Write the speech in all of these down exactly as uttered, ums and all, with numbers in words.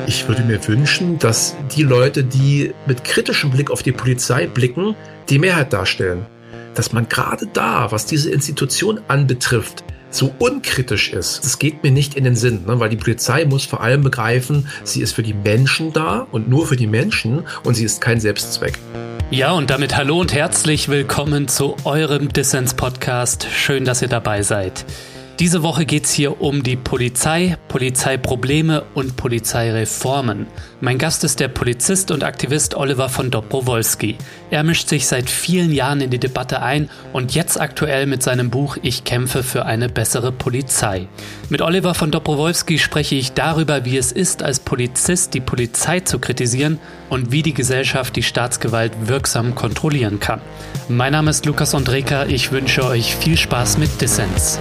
Ich würde mir wünschen, dass die Leute, die mit kritischem Blick auf die Polizei blicken, die Mehrheit darstellen. Dass man gerade da, was diese Institution anbetrifft, so unkritisch ist. Das geht mir nicht in den Sinn, ne? Weil die Polizei muss vor allem begreifen, sie ist für die Menschen da und nur für die Menschen und sie ist kein Selbstzweck. Ja, und damit hallo und herzlich willkommen zu eurem Dissens-Podcast. Schön, dass ihr dabei seid. Diese Woche geht's hier um die Polizei, Polizeiprobleme und Polizeireformen. Mein Gast ist der Polizist und Aktivist Oliver von Dobrowolski. Er mischt sich seit vielen Jahren in die Debatte ein und jetzt aktuell mit seinem Buch Ich kämpfe für eine bessere Polizei. Mit Oliver von Dobrowolski spreche ich darüber, wie es ist, als Polizist die Polizei zu kritisieren und wie die Gesellschaft die Staatsgewalt wirksam kontrollieren kann. Mein Name ist Lukas Ondreka, ich wünsche euch viel Spaß mit Dissens.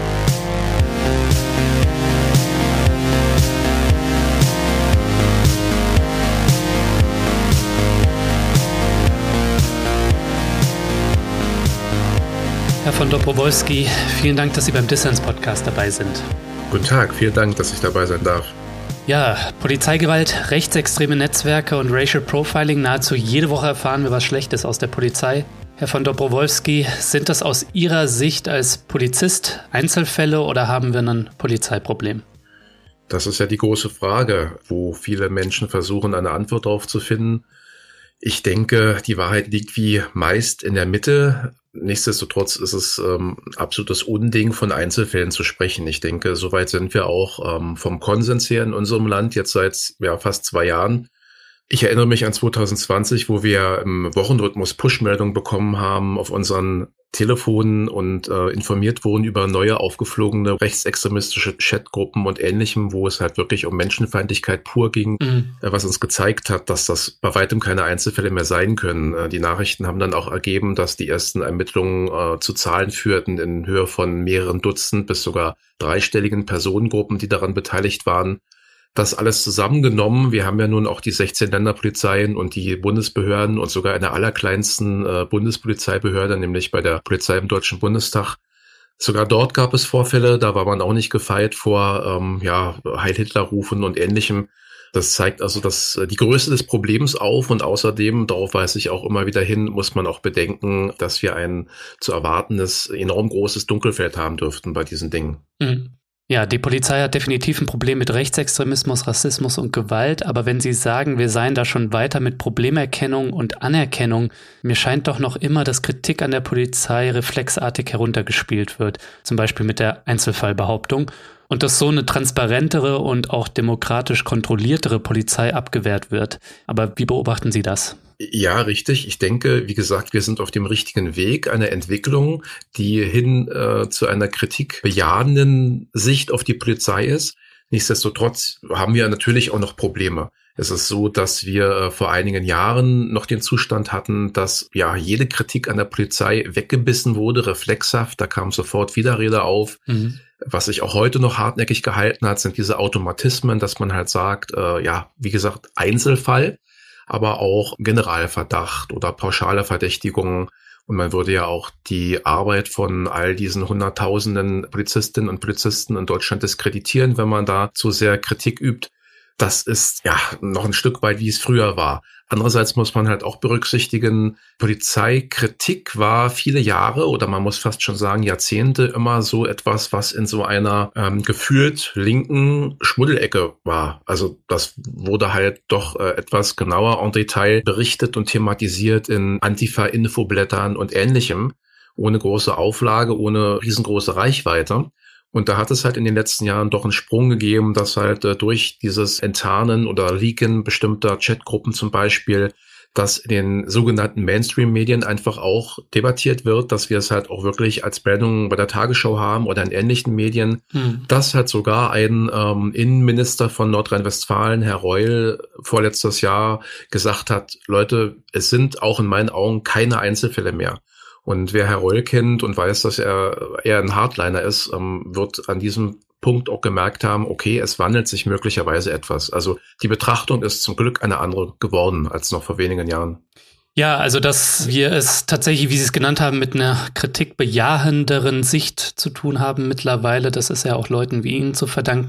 Herr von Dobrowolski, vielen Dank, dass Sie beim Dissens-Podcast dabei sind. Guten Tag, vielen Dank, dass ich dabei sein darf. Ja, Polizeigewalt, rechtsextreme Netzwerke und Racial Profiling. Nahezu jede Woche erfahren wir was Schlechtes aus der Polizei. Herr von Dobrowolski, sind das aus Ihrer Sicht als Polizist Einzelfälle oder haben wir ein Polizeiproblem? Das ist ja die große Frage, wo viele Menschen versuchen, eine Antwort darauf zu finden. Ich denke, die Wahrheit liegt wie meist in der Mitte. Nichtsdestotrotz ist es ähm, absolutes Unding, von Einzelfällen zu sprechen. Ich denke, soweit sind wir auch ähm, vom Konsens her in unserem Land jetzt seit ja, fast zwei Jahren. Ich erinnere mich an zwanzig zwanzig, wo wir im Wochenrhythmus Push-Meldungen bekommen haben auf unseren Telefonen und äh, informiert wurden über neue aufgeflogene rechtsextremistische Chatgruppen und Ähnlichem, wo es halt wirklich um Menschenfeindlichkeit pur ging, mhm. äh, was uns gezeigt hat, dass das bei weitem keine Einzelfälle mehr sein können. Äh, die Nachrichten haben dann auch ergeben, dass die ersten Ermittlungen äh, zu Zahlen führten in Höhe von mehreren Dutzend bis sogar dreistelligen Personengruppen, die daran beteiligt waren. Das alles zusammengenommen, wir haben ja nun auch die sechzehn Länderpolizeien und die Bundesbehörden und sogar eine allerkleinsten äh, Bundespolizeibehörde, nämlich bei der Polizei im Deutschen Bundestag. Sogar dort gab es Vorfälle, da war man auch nicht gefeit vor ähm, ja Heil-Hitler-Rufen und Ähnlichem. Das zeigt also dass die Größe des Problems auf und außerdem, darauf weise ich auch immer wieder hin, muss man auch bedenken, dass wir ein zu erwartendes, enorm großes Dunkelfeld haben dürften bei diesen Dingen. Mhm. Ja, die Polizei hat definitiv ein Problem mit Rechtsextremismus, Rassismus und Gewalt, aber wenn Sie sagen, wir seien da schon weiter mit Problemerkennung und Anerkennung, mir scheint doch noch immer, dass Kritik an der Polizei reflexartig heruntergespielt wird, zum Beispiel mit der Einzelfallbehauptung, und dass so eine transparentere und auch demokratisch kontrolliertere Polizei abgewehrt wird. Aber wie beobachten Sie das? Ja, richtig. Ich denke, wie gesagt, wir sind auf dem richtigen Weg, eine Entwicklung, die hin äh, zu einer kritikbejahenden Sicht auf die Polizei ist. Nichtsdestotrotz haben wir natürlich auch noch Probleme. Es ist so, dass wir äh, vor einigen Jahren noch den Zustand hatten, dass ja jede Kritik an der Polizei weggebissen wurde, reflexhaft. Da kam sofort Widerrede auf. Mhm. Was sich auch heute noch hartnäckig gehalten hat, sind diese Automatismen, dass man halt sagt, äh, ja, wie gesagt, Einzelfall, aber auch Generalverdacht oder pauschale Verdächtigungen. Und man würde ja auch die Arbeit von all diesen Hunderttausenden Polizistinnen und Polizisten in Deutschland diskreditieren, wenn man da zu sehr Kritik übt. Das ist ja noch ein Stück weit, wie es früher war. Andererseits muss man halt auch berücksichtigen, Polizeikritik war viele Jahre oder man muss fast schon sagen Jahrzehnte immer so etwas, was in so einer ähm, gefühlt linken Schmuddelecke war. Also das wurde halt doch äh, etwas genauer en Detail berichtet und thematisiert in Antifa-Infoblättern und Ähnlichem, ohne große Auflage, ohne riesengroße Reichweite. Und da hat es halt in den letzten Jahren doch einen Sprung gegeben, dass halt äh, durch dieses Enttarnen oder Leaken bestimmter Chatgruppen zum Beispiel, dass in den sogenannten Mainstream-Medien einfach auch debattiert wird, dass wir es halt auch wirklich als Meldung bei der Tagesschau haben oder in ähnlichen Medien, hm. dass halt sogar ein ähm, Innenminister von Nordrhein-Westfalen, Herr Reul, vorletztes Jahr gesagt hat, Leute, es sind auch in meinen Augen keine Einzelfälle mehr. Und wer Herr Reul kennt und weiß, dass er eher ein Hardliner ist, wird an diesem Punkt auch gemerkt haben, okay, es wandelt sich möglicherweise etwas. Also die Betrachtung ist zum Glück eine andere geworden als noch vor wenigen Jahren. Ja, also dass wir es tatsächlich, wie Sie es genannt haben, mit einer kritikbejahenderen Sicht zu tun haben mittlerweile, das ist ja auch Leuten wie Ihnen zu verdanken.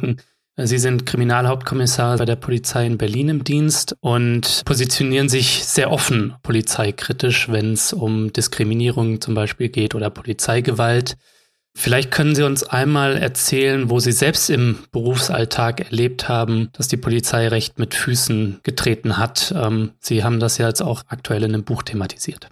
Sie sind Kriminalhauptkommissar bei der Polizei in Berlin im Dienst und positionieren sich sehr offen polizeikritisch, wenn es um Diskriminierung zum Beispiel geht oder Polizeigewalt. Vielleicht können Sie uns einmal erzählen, wo Sie selbst im Berufsalltag erlebt haben, dass die Polizei Recht mit Füßen getreten hat. Ähm, Sie haben das ja jetzt auch aktuell in einem Buch thematisiert.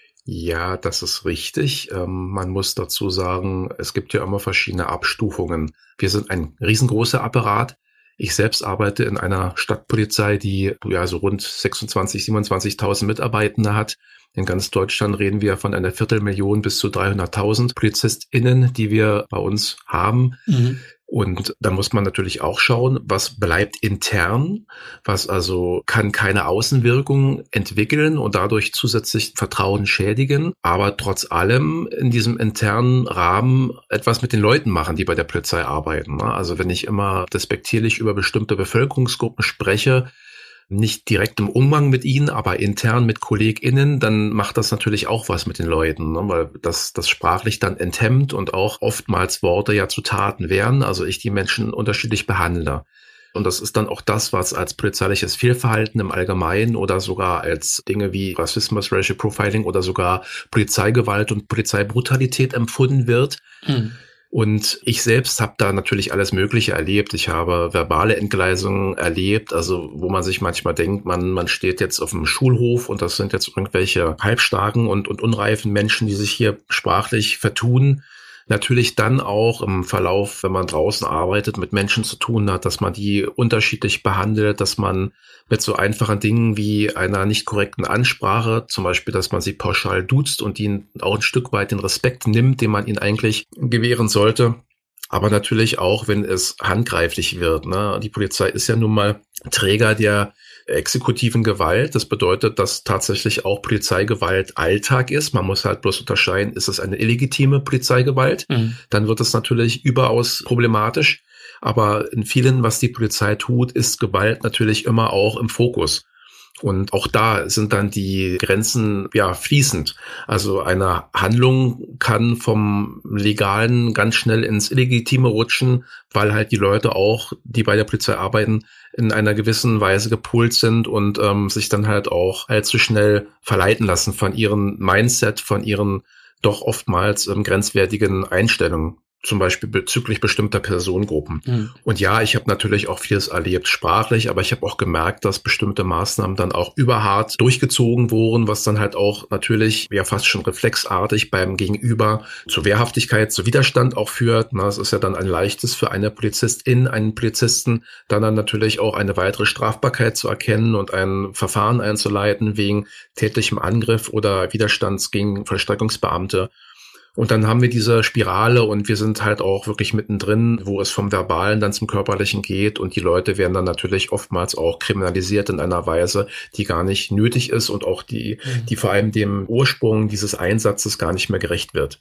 Ja, das ist richtig. Ähm, man muss dazu sagen, es gibt ja immer verschiedene Abstufungen. Wir sind ein riesengroßer Apparat. Ich selbst arbeite in einer Stadtpolizei, die ja so rund sechsundzwanzigtausend, siebenundzwanzigtausend Mitarbeitende hat. In ganz Deutschland reden wir von einer Viertelmillion bis zu dreihunderttausend PolizistInnen, die wir bei uns haben. Mhm. Und da muss man natürlich auch schauen, was bleibt intern, was also kann keine Außenwirkung entwickeln und dadurch zusätzlich Vertrauen schädigen, aber trotz allem in diesem internen Rahmen etwas mit den Leuten machen, die bei der Polizei arbeiten. Also wenn ich immer despektierlich über bestimmte Bevölkerungsgruppen spreche, nicht direkt im Umgang mit ihnen, aber intern mit KollegInnen, dann macht das natürlich auch was mit den Leuten, ne? Weil das, das sprachlich dann enthemmt und auch oftmals Worte ja zu Taten werden, also ich die Menschen unterschiedlich behandle. Und das ist dann auch das, was als polizeiliches Fehlverhalten im Allgemeinen oder sogar als Dinge wie Rassismus, Racial Profiling oder sogar Polizeigewalt und Polizeibrutalität empfunden wird. Mhm. Und ich selbst habe da natürlich alles Mögliche erlebt. Ich habe verbale Entgleisungen erlebt, also wo man sich manchmal denkt, man man steht jetzt auf dem Schulhof und das sind jetzt irgendwelche halbstarken und, und unreifen Menschen, die sich hier sprachlich vertun. Natürlich dann auch im Verlauf, wenn man draußen arbeitet, mit Menschen zu tun hat, dass man die unterschiedlich behandelt, dass man mit so einfachen Dingen wie einer nicht korrekten Ansprache, zum Beispiel, dass man sie pauschal duzt und ihnen auch ein Stück weit den Respekt nimmt, den man ihnen eigentlich gewähren sollte. Aber natürlich auch, wenn es handgreiflich wird, ne? Die Polizei ist ja nun mal Träger der exekutiven Gewalt. Das bedeutet, dass tatsächlich auch Polizeigewalt Alltag ist. Man muss halt bloß unterscheiden, ist es eine illegitime Polizeigewalt? Mhm. Dann wird es natürlich überaus problematisch. Aber in vielen, was die Polizei tut, ist Gewalt natürlich immer auch im Fokus. Und auch da sind dann die Grenzen ja fließend. Also eine Handlung kann vom Legalen ganz schnell ins Illegitime rutschen, weil halt die Leute auch, die bei der Polizei arbeiten, in einer gewissen Weise gepolt sind und ähm, sich dann halt auch allzu schnell verleiten lassen von ihrem Mindset, von ihren doch oftmals ähm, grenzwertigen Einstellungen. Zum Beispiel bezüglich bestimmter Personengruppen. Mhm. Und ja, ich habe natürlich auch vieles erlebt sprachlich, aber ich habe auch gemerkt, dass bestimmte Maßnahmen dann auch überhart durchgezogen wurden, was dann halt auch natürlich ja fast schon reflexartig beim Gegenüber zur Wehrhaftigkeit, zu Widerstand auch führt. Na, es ist ja dann ein leichtes für eine Polizistin, einen Polizisten, dann dann natürlich auch eine weitere Strafbarkeit zu erkennen und ein Verfahren einzuleiten wegen tätlichem Angriff oder Widerstands gegen Vollstreckungsbeamte. Und dann haben wir diese Spirale und wir sind halt auch wirklich mittendrin, wo es vom Verbalen dann zum Körperlichen geht und die Leute werden dann natürlich oftmals auch kriminalisiert in einer Weise, die gar nicht nötig ist und auch die, die vor allem dem Ursprung dieses Einsatzes gar nicht mehr gerecht wird.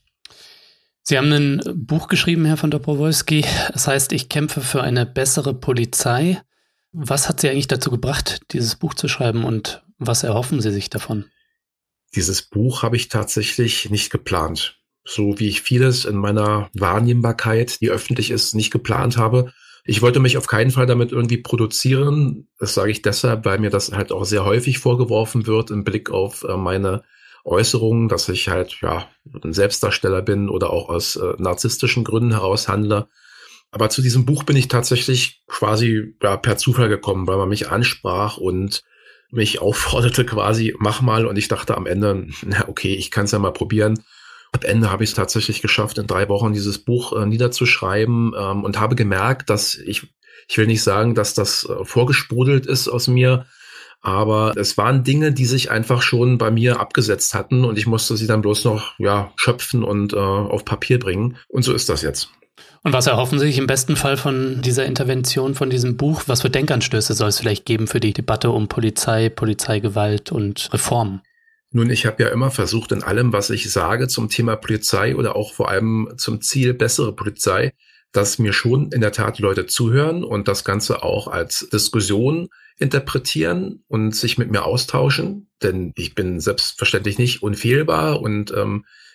Sie haben ein Buch geschrieben, Herr von Dobrowolski. Das heißt, ich kämpfe für eine bessere Polizei. Was hat Sie eigentlich dazu gebracht, dieses Buch zu schreiben und was erhoffen Sie sich davon? Dieses Buch habe ich tatsächlich nicht geplant. So wie ich vieles in meiner Wahrnehmbarkeit, die öffentlich ist, nicht geplant habe. Ich wollte mich auf keinen Fall damit irgendwie produzieren. Das sage ich deshalb, weil mir das halt auch sehr häufig vorgeworfen wird im Blick auf äh, meine Äußerungen, dass ich halt ja ein Selbstdarsteller bin oder auch aus äh, narzisstischen Gründen heraus handle. Aber zu diesem Buch bin ich tatsächlich quasi ja, per Zufall gekommen, weil man mich ansprach und mich aufforderte quasi, mach mal. Und ich dachte am Ende, na okay, ich kann es ja mal probieren. Am Ende habe ich es tatsächlich geschafft, in drei Wochen dieses Buch äh, niederzuschreiben ähm, und habe gemerkt, dass ich, ich will nicht sagen, dass das äh, vorgesprudelt ist aus mir, aber es waren Dinge, die sich einfach schon bei mir abgesetzt hatten und ich musste sie dann bloß noch ja schöpfen und äh, auf Papier bringen. Und so ist das jetzt. Und was erhoffen Sie sich im besten Fall von dieser Intervention, von diesem Buch? Was für Denkanstöße soll es vielleicht geben für die Debatte um Polizei, Polizeigewalt und Reformen? Nun, ich habe ja immer versucht, in allem, was ich sage zum Thema Polizei oder auch vor allem zum Ziel bessere Polizei, dass mir schon in der Tat Leute zuhören und das Ganze auch als Diskussion interpretieren und sich mit mir austauschen. Denn ich bin selbstverständlich nicht unfehlbar und ähm,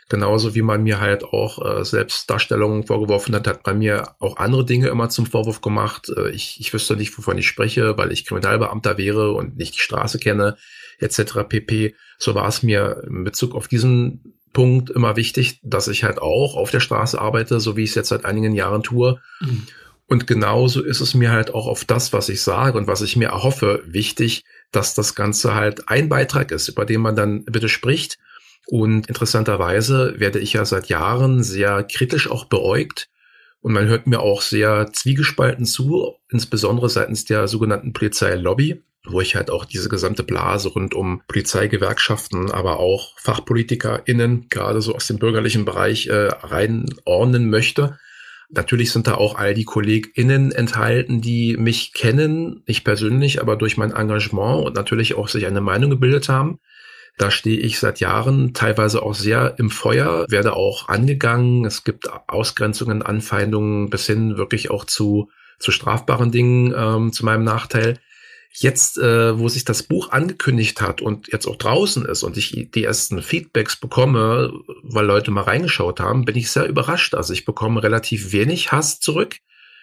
Genauso wie man mir halt auch äh, Selbstdarstellungen vorgeworfen hat, hat man mir auch andere Dinge immer zum Vorwurf gemacht. Äh, ich, ich wüsste nicht, wovon ich spreche, weil ich Kriminalbeamter wäre und nicht die Straße kenne, et cetera pp. So war es mir in Bezug auf diesen Punkt immer wichtig, dass ich halt auch auf der Straße arbeite, so wie ich es jetzt seit einigen Jahren tue. Mhm. Und genauso ist es mir halt auch auf das, was ich sage und was ich mir erhoffe, wichtig, dass das Ganze halt ein Beitrag ist, über den man dann bitte spricht. Und interessanterweise werde ich ja seit Jahren sehr kritisch auch beäugt. Und man hört mir auch sehr zwiegespalten zu, insbesondere seitens der sogenannten Polizeilobby, wo ich halt auch diese gesamte Blase rund um Polizeigewerkschaften, aber auch FachpolitikerInnen, gerade so aus dem bürgerlichen Bereich, äh, reinordnen möchte. Natürlich sind da auch all die KollegInnen enthalten, die mich kennen, nicht persönlich, aber durch mein Engagement und natürlich auch sich eine Meinung gebildet haben. Da stehe ich seit Jahren teilweise auch sehr im Feuer, werde auch angegangen. Es gibt Ausgrenzungen, Anfeindungen bis hin wirklich auch zu, zu strafbaren Dingen ähm, zu meinem Nachteil. Jetzt, äh, wo sich das Buch angekündigt hat und jetzt auch draußen ist und ich die ersten Feedbacks bekomme, weil Leute mal reingeschaut haben, bin ich sehr überrascht. Also ich bekomme relativ wenig Hass zurück,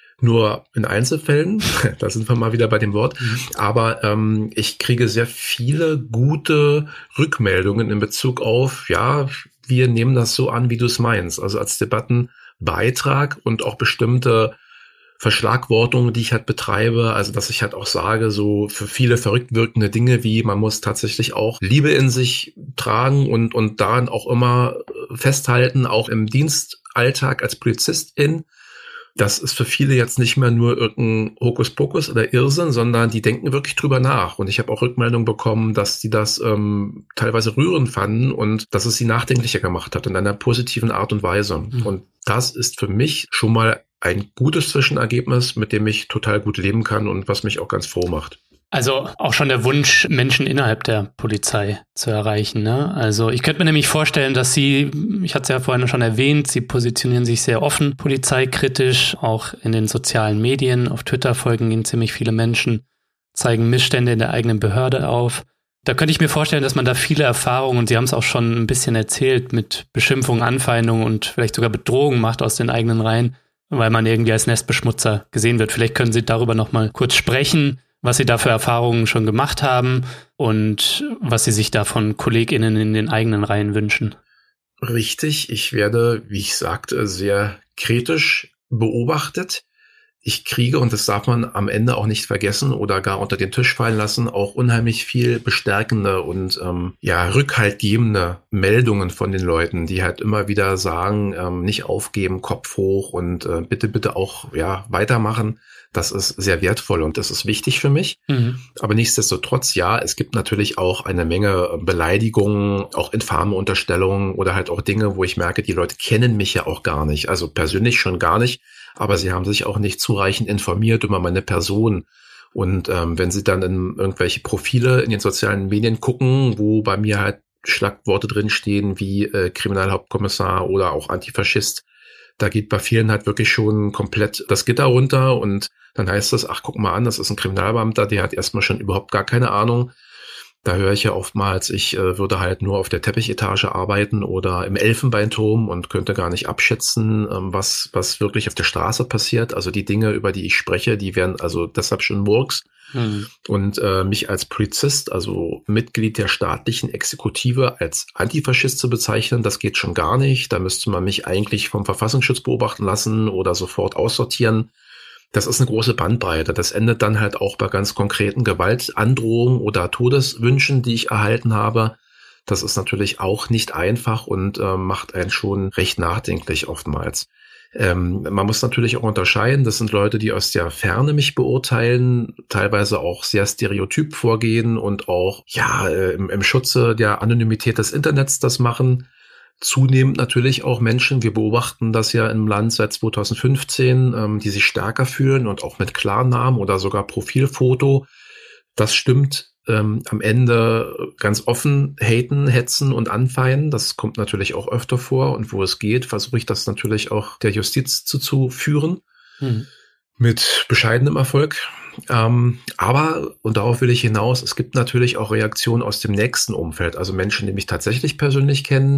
nur in Einzelfällen, da sind wir mal wieder bei dem Wort, mhm. aber ähm, ich kriege sehr viele gute Rückmeldungen in Bezug auf, ja, wir nehmen das so an, wie du es meinst, also als Debattenbeitrag und auch bestimmte Verschlagwortungen, die ich halt betreibe, also dass ich halt auch sage, so für viele verrückt wirkende Dinge wie, man muss tatsächlich auch Liebe in sich tragen und und daran auch immer festhalten, auch im Dienstalltag als Polizistin. Das ist für viele jetzt nicht mehr nur irgendein Hokuspokus oder Irrsinn, sondern die denken wirklich drüber nach. Und ich habe auch Rückmeldungen bekommen, dass die das ähm, teilweise rührend fanden und dass es sie nachdenklicher gemacht hat in einer positiven Art und Weise. Mhm. Und das ist für mich schon mal ein gutes Zwischenergebnis, mit dem ich total gut leben kann und was mich auch ganz froh macht. Also auch schon der Wunsch, Menschen innerhalb der Polizei zu erreichen, ne? Also ich könnte mir nämlich vorstellen, dass Sie, ich hatte es ja vorhin schon erwähnt, Sie positionieren sich sehr offen polizeikritisch, auch in den sozialen Medien. Auf Twitter folgen Ihnen ziemlich viele Menschen, zeigen Missstände in der eigenen Behörde auf. Da könnte ich mir vorstellen, dass man da viele Erfahrungen, und Sie haben es auch schon ein bisschen erzählt, mit Beschimpfungen, Anfeindungen und vielleicht sogar Bedrohungen macht aus den eigenen Reihen, weil man irgendwie als Nestbeschmutzer gesehen wird. Vielleicht können Sie darüber noch mal kurz sprechen, was Sie da für Erfahrungen schon gemacht haben und was Sie sich da von KollegInnen in den eigenen Reihen wünschen. Richtig, ich werde, wie ich sagte, sehr kritisch beobachtet. Ich kriege, und das darf man am Ende auch nicht vergessen oder gar unter den Tisch fallen lassen, auch unheimlich viel bestärkende und ähm, ja rückhaltgebende Meldungen von den Leuten, die halt immer wieder sagen, ähm, nicht aufgeben, Kopf hoch und äh, bitte, bitte auch ja weitermachen. Das ist sehr wertvoll und das ist wichtig für mich. Mhm. Aber nichtsdestotrotz, ja, es gibt natürlich auch eine Menge Beleidigungen, auch infame Unterstellungen oder halt auch Dinge, wo ich merke, die Leute kennen mich ja auch gar nicht. Also persönlich schon gar nicht, aber sie haben sich auch nicht zureichend informiert über meine Person. Und ähm, wenn sie dann in irgendwelche Profile in den sozialen Medien gucken, wo bei mir halt Schlagworte drinstehen wie äh, Kriminalhauptkommissar oder auch Antifaschist, da geht bei vielen halt wirklich schon komplett das Gitter runter und dann heißt es, ach, guck mal an, das ist ein Kriminalbeamter, der hat erstmal schon überhaupt gar keine Ahnung. Da höre ich ja oftmals, ich äh, würde halt nur auf der Teppichetage arbeiten oder im Elfenbeinturm und könnte gar nicht abschätzen, ähm, was was wirklich auf der Straße passiert. Also die Dinge, über die ich spreche, die wären also deshalb schon Murks. Mhm. Und äh, mich als Polizist, also Mitglied der staatlichen Exekutive, als Antifaschist zu bezeichnen, das geht schon gar nicht. Da müsste man mich eigentlich vom Verfassungsschutz beobachten lassen oder sofort aussortieren. Das ist eine große Bandbreite. Das endet dann halt auch bei ganz konkreten Gewaltandrohungen oder Todeswünschen, die ich erhalten habe. Das ist natürlich auch nicht einfach und äh, macht einen schon recht nachdenklich oftmals. Ähm, man muss natürlich auch unterscheiden, das sind Leute, die aus der Ferne mich beurteilen, teilweise auch sehr stereotyp vorgehen und auch ja äh, im, im Schutze der Anonymität des Internets das machen. Zunehmend natürlich auch Menschen, wir beobachten das ja im Land seit zweitausendfünfzehn, ähm, die sich stärker fühlen und auch mit Klarnamen oder sogar Profilfoto. Das stimmt ähm, am Ende ganz offen haten, hetzen und anfeinden. Das kommt natürlich auch öfter vor und wo es geht, versuche ich das natürlich auch der Justiz zuzuführen. Mhm. Mit bescheidenem Erfolg. Ähm, aber, und darauf will ich hinaus, es gibt natürlich auch Reaktionen aus dem nächsten Umfeld, also Menschen, die mich tatsächlich persönlich kennen,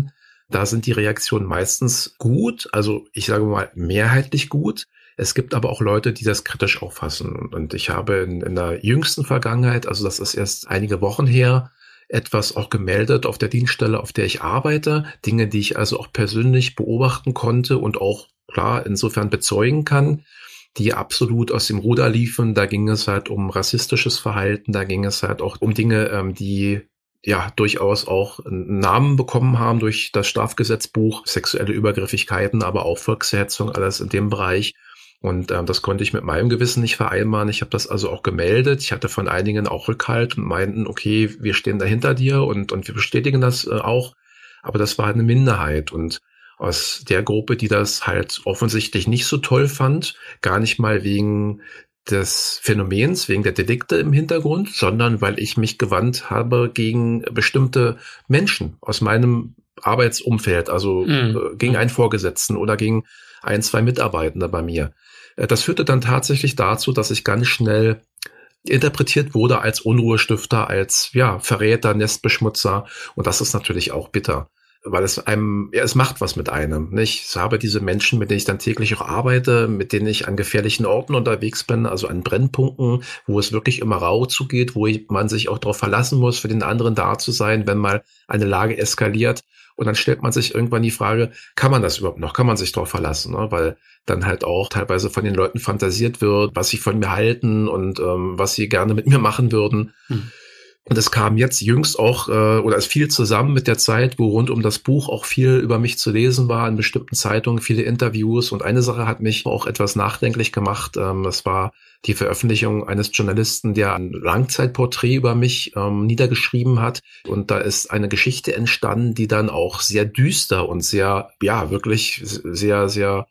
Da sind die Reaktionen meistens gut, also ich sage mal mehrheitlich gut. Es gibt aber auch Leute, die das kritisch auffassen. Und ich habe in, in der jüngsten Vergangenheit, also das ist erst einige Wochen her, etwas auch gemeldet auf der Dienststelle, auf der ich arbeite. Dinge, die ich also auch persönlich beobachten konnte und auch klar insofern bezeugen kann, die absolut aus dem Ruder liefen. Da ging es halt um rassistisches Verhalten, da ging es halt auch um Dinge, die ja durchaus auch einen Namen bekommen haben durch das Strafgesetzbuch, sexuelle Übergriffigkeiten, aber auch Volksverhetzung, alles in dem Bereich. Und ähm, das konnte ich mit meinem Gewissen nicht vereinbaren. Ich habe das also auch gemeldet. Ich hatte von einigen auch Rückhalt und meinten, okay, wir stehen da hinter dir und und wir bestätigen das äh, auch. Aber das war eine Minderheit. Und aus der Gruppe, die das halt offensichtlich nicht so toll fand, gar nicht mal wegen des Phänomens, wegen der Delikte im Hintergrund, sondern weil ich mich gewandt habe gegen bestimmte Menschen aus meinem Arbeitsumfeld, also mhm. äh, gegen einen Vorgesetzten oder gegen ein, zwei Mitarbeitende bei mir. Das führte dann tatsächlich dazu, dass ich ganz schnell interpretiert wurde als Unruhestifter, als ja Verräter, Nestbeschmutzer. Und das ist natürlich auch bitter, weil es einem, ja, es macht was mit einem, nicht? Ich habe diese Menschen, mit denen ich dann täglich auch arbeite, mit denen ich an gefährlichen Orten unterwegs bin, also an Brennpunkten, wo es wirklich immer rau zugeht, wo man sich auch darauf verlassen muss, für den anderen da zu sein, wenn mal eine Lage eskaliert. Und dann stellt man sich irgendwann die Frage, kann man das überhaupt noch? Kann man sich darauf verlassen? Ne? Weil dann halt auch teilweise von den Leuten fantasiert wird, was sie von mir halten und ähm, was sie gerne mit mir machen würden. Hm. Und es kam jetzt jüngst auch, äh, oder es fiel zusammen mit der Zeit, wo rund um das Buch auch viel über mich zu lesen war, in bestimmten Zeitungen, viele Interviews. Und eine Sache hat mich auch etwas nachdenklich gemacht. Ähm, das war die Veröffentlichung eines Journalisten, der ein Langzeitporträt über mich ähm, niedergeschrieben hat. Und da ist eine Geschichte entstanden, die dann auch sehr düster und sehr, ja, wirklich sehr, sehr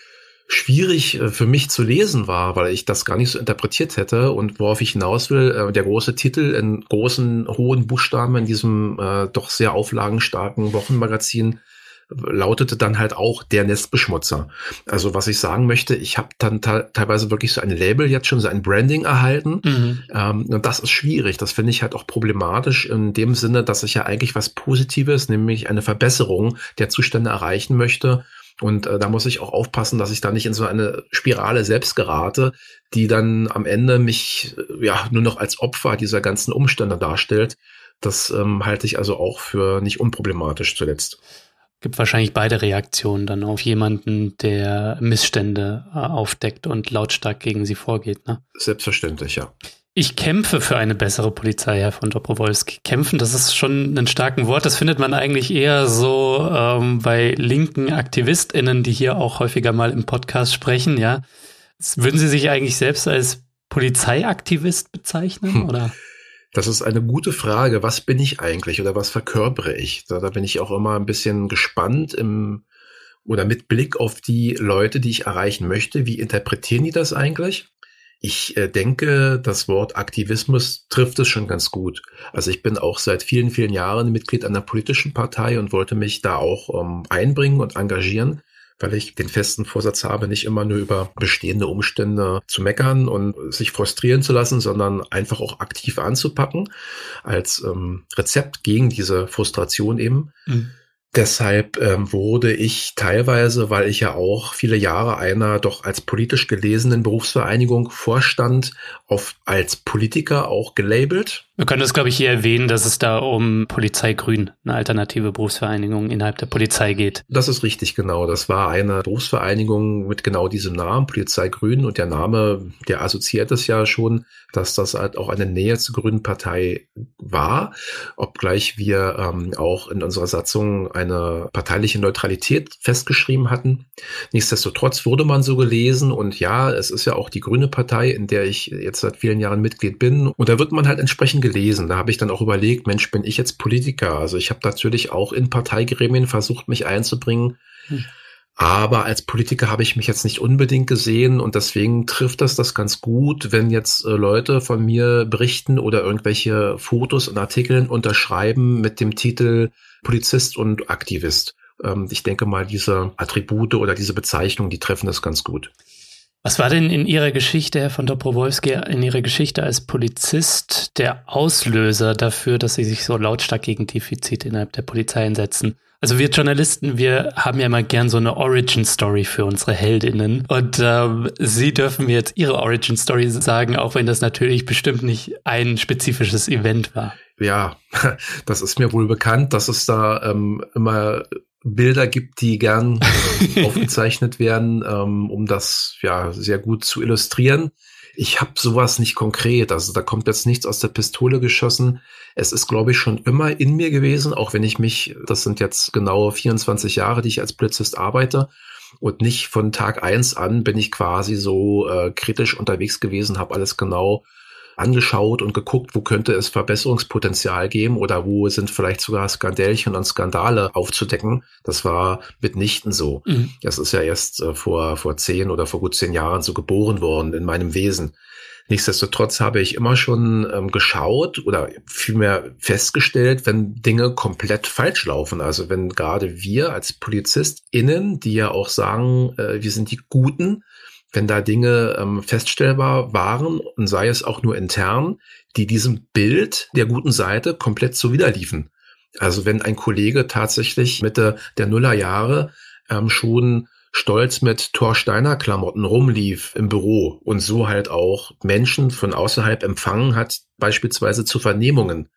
schwierig für mich zu lesen war, weil ich das gar nicht so interpretiert hätte. Und worauf ich hinaus will, der große Titel in großen, hohen Buchstaben in diesem äh, doch sehr auflagenstarken Wochenmagazin lautete dann halt auch der Nestbeschmutzer. Also was ich sagen möchte, ich habe dann te- teilweise wirklich so ein Label jetzt schon, so ein Branding erhalten. Mhm. Ähm, und das ist schwierig. Das finde ich halt auch problematisch in dem Sinne, dass ich ja eigentlich was Positives, nämlich eine Verbesserung der Zustände erreichen möchte. Und äh, da muss ich auch aufpassen, dass ich da nicht in so eine Spirale selbst gerate, die dann am Ende mich äh, ja nur noch als Opfer dieser ganzen Umstände darstellt. Das ähm, halte ich also auch für nicht unproblematisch zuletzt. Gibt wahrscheinlich beide Reaktionen dann auf jemanden, der Missstände äh, aufdeckt und lautstark gegen sie vorgeht, ne? Selbstverständlich, ja. Ich kämpfe für eine bessere Polizei, Herr von Dobrowolski. Kämpfen, das ist schon ein starkes Wort. Das findet man eigentlich eher so ähm, bei linken AktivistInnen, die hier auch häufiger mal im Podcast sprechen, ja. Würden Sie sich eigentlich selbst als Polizeiaktivist bezeichnen, hm. oder? Das ist eine gute Frage. Was bin ich eigentlich oder was verkörpere ich? Da, da bin ich auch immer ein bisschen gespannt im oder mit Blick auf die Leute, die ich erreichen möchte. Wie interpretieren die das eigentlich? Ich äh, denke, das Wort Aktivismus trifft es schon ganz gut. Also ich bin auch seit vielen, vielen Jahren Mitglied einer politischen Partei und wollte mich da auch ähm, einbringen und engagieren, weil ich den festen Vorsatz habe, nicht immer nur über bestehende Umstände zu meckern und sich frustrieren zu lassen, sondern einfach auch aktiv anzupacken als ähm, Rezept gegen diese Frustration eben. Mhm. Deshalb ähm, wurde ich teilweise, weil ich ja auch viele Jahre einer doch als politisch gelesenen Berufsvereinigung vorstand, oft als Politiker auch gelabelt. Wir können das, glaube ich, hier erwähnen, dass es da um Polizei Grün, eine alternative Berufsvereinigung innerhalb der Polizei geht. Das ist richtig, genau. Das war eine Berufsvereinigung mit genau diesem Namen, Polizei Grün. Und der Name, der assoziiert es ja schon, dass das halt auch eine Nähe zur Grünen Partei war. Obgleich wir ähm, auch in unserer Satzung eine parteiliche Neutralität festgeschrieben hatten. Nichtsdestotrotz wurde man so gelesen. Und ja, es ist ja auch die Grüne Partei, in der ich jetzt seit vielen Jahren Mitglied bin. Und da wird man halt entsprechend gelesen. Da habe ich dann auch überlegt, Mensch, bin ich jetzt Politiker? Also ich habe natürlich auch in Parteigremien versucht, mich einzubringen. Hm. Aber als Politiker habe ich mich jetzt nicht unbedingt gesehen und deswegen trifft das das ganz gut, wenn jetzt äh, Leute von mir berichten oder irgendwelche Fotos und Artikeln unterschreiben mit dem Titel Polizist und Aktivist. Ähm, ich denke mal, diese Attribute oder diese Bezeichnung, die treffen das ganz gut. Was war denn in Ihrer Geschichte, Herr von Dobrowolski, in Ihrer Geschichte als Polizist der Auslöser dafür, dass Sie sich so lautstark gegen Defizite innerhalb der Polizei einsetzen? Also wir Journalisten, wir haben ja immer gern so eine Origin-Story für unsere HeldInnen. Und ähm, Sie dürfen mir jetzt Ihre Origin-Story sagen, auch wenn das natürlich bestimmt nicht ein spezifisches Event war. Ja, das ist mir wohl bekannt, dass es da ähm, immer Bilder gibt, die gern aufgezeichnet werden, ähm, um das ja sehr gut zu illustrieren. Ich habe sowas nicht konkret, also da kommt jetzt nichts aus der Pistole geschossen. Es ist, glaube ich, schon immer in mir gewesen, auch wenn ich mich, das sind jetzt genau vierundzwanzig Jahre, die ich als Polizist arbeite, und nicht von Tag eins an bin ich quasi so äh, kritisch unterwegs gewesen, habe alles genau angeschaut und geguckt, wo könnte es Verbesserungspotenzial geben oder wo sind vielleicht sogar Skandälchen und Skandale aufzudecken. Das war mitnichten so. Mhm. Das ist ja erst äh, vor vor zehn oder vor gut zehn Jahren so geboren worden in meinem Wesen. Nichtsdestotrotz habe ich immer schon ähm, geschaut oder vielmehr festgestellt, wenn Dinge komplett falsch laufen. Also wenn gerade wir als PolizistInnen, die ja auch sagen, äh, wir sind die Guten, wenn da Dinge ähm, feststellbar waren und sei es auch nur intern, die diesem Bild der guten Seite komplett zuwiderliefen. Also wenn ein Kollege tatsächlich Mitte der Nullerjahre ähm, schon stolz mit Thor Steiner Klamotten rumlief im Büro und so halt auch Menschen von außerhalb empfangen hat, beispielsweise zu Vernehmungen.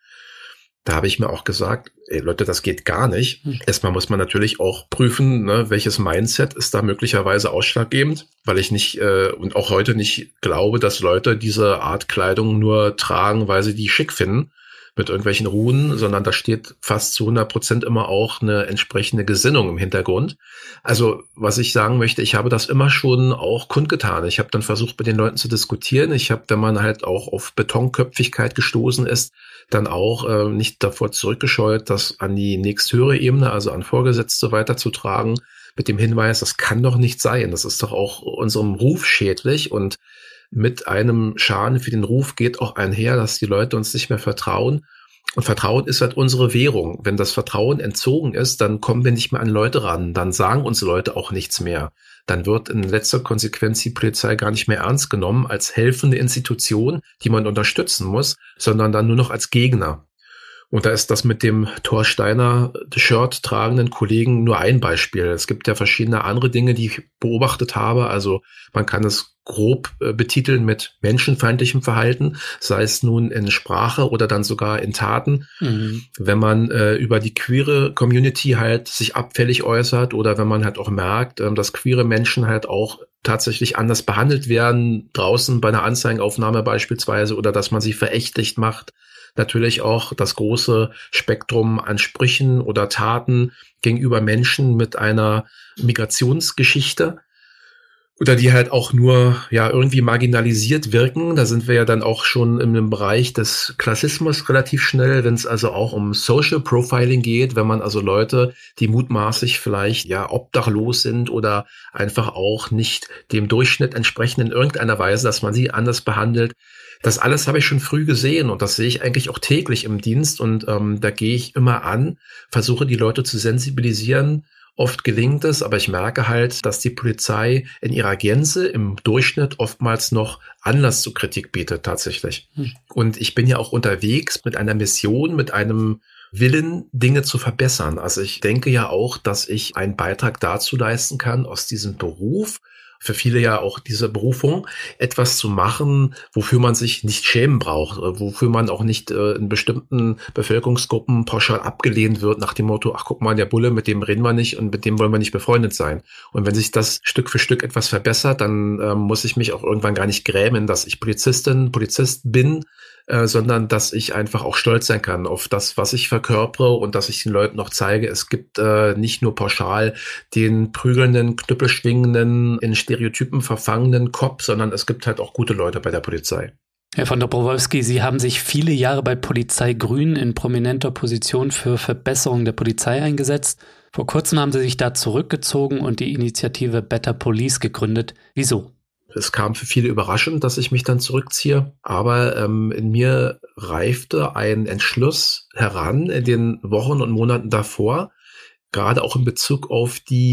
Da habe ich mir auch gesagt, ey Leute, das geht gar nicht. Erstmal muss man natürlich auch prüfen, ne, welches Mindset ist da möglicherweise ausschlaggebend, weil ich nicht äh, und auch heute nicht glaube, dass Leute diese Art Kleidung nur tragen, weil sie die schick finden mit irgendwelchen Runen, sondern da steht fast zu hundert Prozent immer auch eine entsprechende Gesinnung im Hintergrund. Also was ich sagen möchte, ich habe das immer schon auch kundgetan. Ich habe dann versucht, mit den Leuten zu diskutieren. Ich habe, wenn man halt auch auf Betonköpfigkeit gestoßen ist, dann auch äh, nicht davor zurückgescheut, das an die nächsthöhere Ebene, also an Vorgesetzte weiterzutragen, mit dem Hinweis, das kann doch nicht sein. Das ist doch auch unserem Ruf schädlich und mit einem Schaden für den Ruf geht auch einher, dass die Leute uns nicht mehr vertrauen. Und Vertrauen ist halt unsere Währung. Wenn das Vertrauen entzogen ist, dann kommen wir nicht mehr an Leute ran. Dann sagen uns Leute auch nichts mehr. Dann wird in letzter Konsequenz die Polizei gar nicht mehr ernst genommen als helfende Institution, die man unterstützen muss, sondern dann nur noch als Gegner. Und da ist das mit dem Thor Steiner Shirt tragenden Kollegen nur ein Beispiel. Es gibt ja verschiedene andere Dinge, die ich beobachtet habe. Also man kann es grob äh, betiteln mit menschenfeindlichem Verhalten, sei es nun in Sprache oder dann sogar in Taten. Mhm. Wenn man äh, über die queere Community halt sich abfällig äußert oder wenn man halt auch merkt, äh, dass queere Menschen halt auch tatsächlich anders behandelt werden, draußen bei einer Anzeigenaufnahme beispielsweise, oder dass man sie verächtlich macht. Natürlich auch das große Spektrum an Sprüchen oder Taten gegenüber Menschen mit einer Migrationsgeschichte oder die halt auch nur ja irgendwie marginalisiert wirken. Da sind wir ja dann auch schon im Bereich des Klassismus relativ schnell, wenn es also auch um Social Profiling geht, wenn man also Leute, die mutmaßlich vielleicht ja obdachlos sind oder einfach auch nicht dem Durchschnitt entsprechen in irgendeiner Weise, dass man sie anders behandelt. Das alles habe ich schon früh gesehen und das sehe ich eigentlich auch täglich im Dienst und ähm, da gehe ich immer an, versuche die Leute zu sensibilisieren. Oft gelingt es, aber ich merke halt, dass die Polizei in ihrer Gänze im Durchschnitt oftmals noch Anlass zu Kritik bietet tatsächlich. Hm. Und ich bin ja auch unterwegs mit einer Mission, mit einem Willen, Dinge zu verbessern. Also ich denke ja auch, dass ich einen Beitrag dazu leisten kann, aus diesem Beruf, für viele ja auch diese Berufung, etwas zu machen, wofür man sich nicht schämen braucht, wofür man auch nicht äh, in bestimmten Bevölkerungsgruppen pauschal abgelehnt wird nach dem Motto, ach guck mal, der Bulle, mit dem reden wir nicht und mit dem wollen wir nicht befreundet sein. Und wenn sich das Stück für Stück etwas verbessert, dann äh, muss ich mich auch irgendwann gar nicht grämen, dass ich Polizistin, Polizist bin, äh, sondern dass ich einfach auch stolz sein kann auf das, was ich verkörpere und dass ich den Leuten noch zeige, es gibt äh, nicht nur pauschal den prügelnden, knüppelschwingenden, in Stereotypen verfangenen Cop, sondern es gibt halt auch gute Leute bei der Polizei. Herr von Dobrowolski, Sie haben sich viele Jahre bei Polizei Grün in prominenter Position für Verbesserung der Polizei eingesetzt. Vor kurzem haben Sie sich da zurückgezogen und die Initiative Better Police gegründet. Wieso? Es kam für viele überraschend, dass ich mich dann zurückziehe, aber ähm, in mir reifte ein Entschluss heran in den Wochen und Monaten davor, gerade auch in Bezug auf die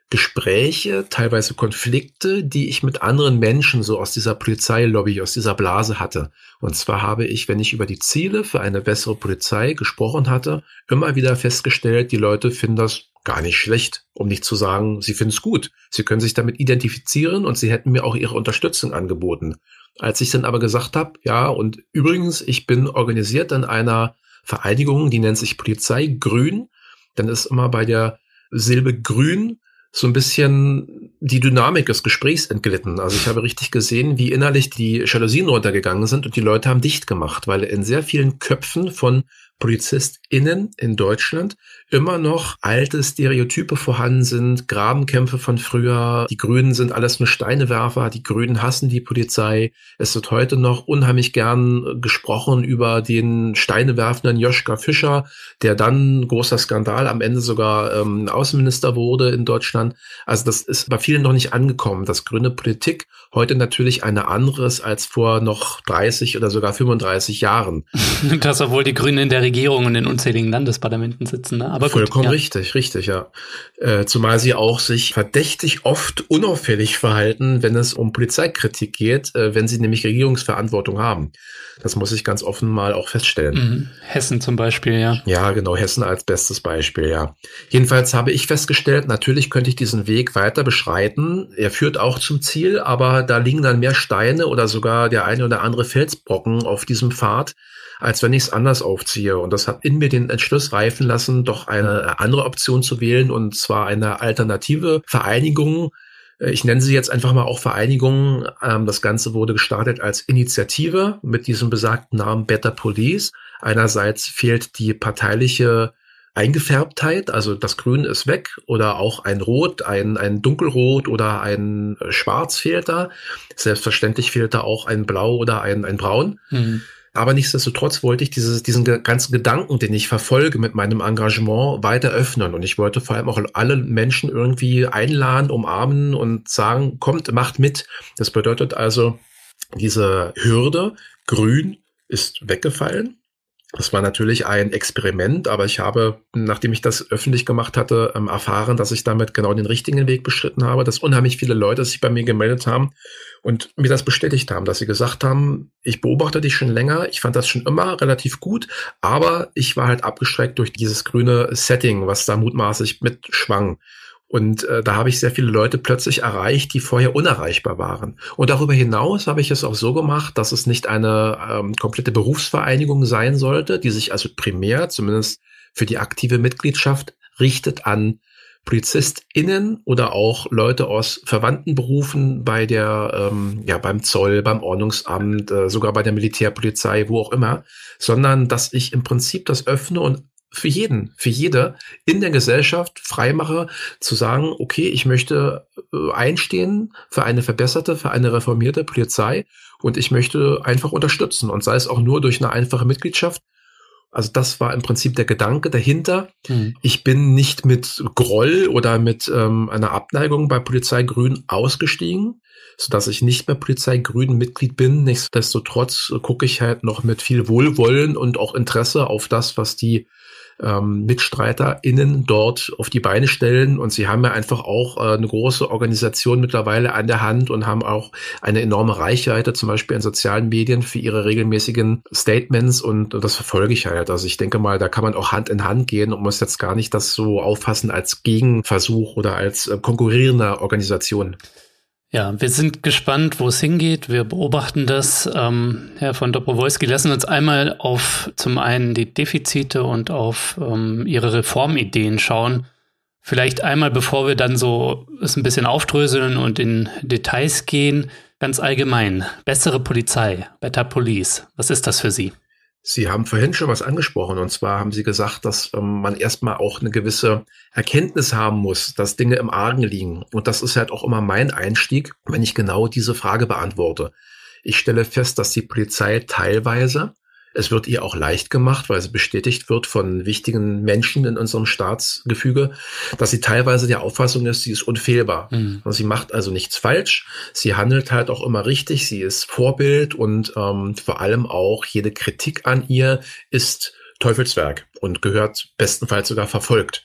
Gespräche, teilweise Konflikte, die ich mit anderen Menschen so aus dieser Polizeilobby, aus dieser Blase hatte. Und zwar habe ich, wenn ich über die Ziele für eine bessere Polizei gesprochen hatte, immer wieder festgestellt, die Leute finden das gar nicht schlecht, um nicht zu sagen, sie finden es gut. Sie können sich damit identifizieren und sie hätten mir auch ihre Unterstützung angeboten. Als ich dann aber gesagt habe, ja, und übrigens, ich bin organisiert in einer Vereinigung, die nennt sich Polizei Grün, dann ist immer bei der Silbe Grün so ein bisschen die Dynamik des Gesprächs entglitten. Also ich habe richtig gesehen, wie innerlich die Jalousien runtergegangen sind und die Leute haben dicht gemacht, weil in sehr vielen Köpfen von PolizistInnen in Deutschland immer noch alte Stereotype vorhanden sind, Grabenkämpfe von früher, die Grünen sind alles nur Steinewerfer, die Grünen hassen die Polizei. Es wird heute noch unheimlich gern gesprochen über den steinewerfenden Joschka Fischer, der dann, großer Skandal, am Ende sogar ähm, Außenminister wurde in Deutschland. Also das ist bei vielen noch nicht angekommen, dass grüne Politik heute natürlich eine andere ist als vor noch dreißig oder sogar fünfunddreißig Jahren. Das, obwohl die Grünen in der Regierung und in unzähligen Landesparlamenten sitzen, ne? Aber gut, vollkommen ja. richtig, richtig, ja. Äh, zumal sie auch sich verdächtig oft unauffällig verhalten, wenn es um Polizeikritik geht, äh, wenn sie nämlich Regierungsverantwortung haben. Das muss ich ganz offen mal auch feststellen. Mhm. Hessen zum Beispiel, ja. Ja, genau, Hessen als bestes Beispiel, ja. Jedenfalls habe ich festgestellt, natürlich könnte ich diesen Weg weiter beschreiten. Er führt auch zum Ziel, aber da liegen dann mehr Steine oder sogar der eine oder andere Felsbrocken auf diesem Pfad, als wenn ich es anders aufziehe. Und das hat in mir den Entschluss reifen lassen, doch eine andere Option zu wählen, und zwar eine alternative Vereinigung. Ich nenne sie jetzt einfach mal auch Vereinigung. Das Ganze wurde gestartet als Initiative mit diesem besagten Namen Better Police. Einerseits fehlt die parteiliche Eingefärbtheit, also das Grün ist weg, oder auch ein Rot, ein, ein Dunkelrot oder ein Schwarz fehlt da. Selbstverständlich fehlt da auch ein Blau oder ein, ein Braun. Mhm. Aber nichtsdestotrotz wollte ich dieses, diesen ganzen Gedanken, den ich verfolge mit meinem Engagement, weiter öffnen. Und ich wollte vor allem auch alle Menschen irgendwie einladen, umarmen und sagen, kommt, macht mit. Das bedeutet also, diese Hürde, Grün, ist weggefallen. Das war natürlich ein Experiment, aber ich habe, nachdem ich das öffentlich gemacht hatte, erfahren, dass ich damit genau den richtigen Weg beschritten habe, dass unheimlich viele Leute sich bei mir gemeldet haben und mir das bestätigt haben, dass sie gesagt haben, ich beobachte dich schon länger, ich fand das schon immer relativ gut, aber ich war halt abgeschreckt durch dieses grüne Setting, was da mutmaßlich mitschwang. Und äh, da habe ich sehr viele Leute plötzlich erreicht, die vorher unerreichbar waren. Und darüber hinaus habe ich es auch so gemacht, dass es nicht eine ähm, komplette Berufsvereinigung sein sollte, die sich also primär, zumindest für die aktive Mitgliedschaft, richtet an PolizistInnen oder auch Leute aus verwandten Berufen bei der, ähm, ja, beim Zoll, beim Ordnungsamt, äh, sogar bei der Militärpolizei, wo auch immer, sondern dass ich im Prinzip das öffne und für jeden, für jede in der Gesellschaft freimache, zu sagen, okay, ich möchte einstehen für eine verbesserte, für eine reformierte Polizei und ich möchte einfach unterstützen, und sei es auch nur durch eine einfache Mitgliedschaft. Also das war im Prinzip der Gedanke dahinter. Mhm. Ich bin nicht mit Groll oder mit ähm, einer Abneigung bei Polizei Grün ausgestiegen, sodass ich nicht mehr Polizei Grün Mitglied bin. Nichtsdestotrotz gucke ich halt noch mit viel Wohlwollen und auch Interesse auf das, was die ähm, MitstreiterInnen dort auf die Beine stellen. Und sie haben ja einfach auch äh, eine große Organisation mittlerweile an der Hand und haben auch eine enorme Reichweite, zum Beispiel in sozialen Medien, für ihre regelmäßigen Statements. Und, und das verfolge ich halt. Also ich denke mal, da kann man auch Hand in Hand gehen und muss jetzt gar nicht das so auffassen als Gegenversuch oder als äh, konkurrierende Organisation. Ja, wir sind gespannt, wo es hingeht. Wir beobachten das. Ähm, Herr von Dobrowolski, lassen uns einmal auf zum einen die Defizite und auf ähm, Ihre Reformideen schauen. Vielleicht einmal, bevor wir dann so es ein bisschen aufdröseln und in Details gehen, ganz allgemein. Bessere Polizei, Better Police. Was ist das für Sie? Sie haben vorhin schon was angesprochen, und zwar haben Sie gesagt, dass ähm, man erstmal auch eine gewisse Erkenntnis haben muss, dass Dinge im Argen liegen. Und das ist halt auch immer mein Einstieg, wenn ich genau diese Frage beantworte. Ich stelle fest, dass die Polizei teilweise, es wird ihr auch leicht gemacht, weil sie bestätigt wird von wichtigen Menschen in unserem Staatsgefüge, dass sie teilweise der Auffassung ist, sie ist unfehlbar. Mhm. Sie macht also nichts falsch. Sie handelt halt auch immer richtig. Sie ist Vorbild und ähm, vor allem auch jede Kritik an ihr ist Teufelswerk und gehört bestenfalls sogar verfolgt.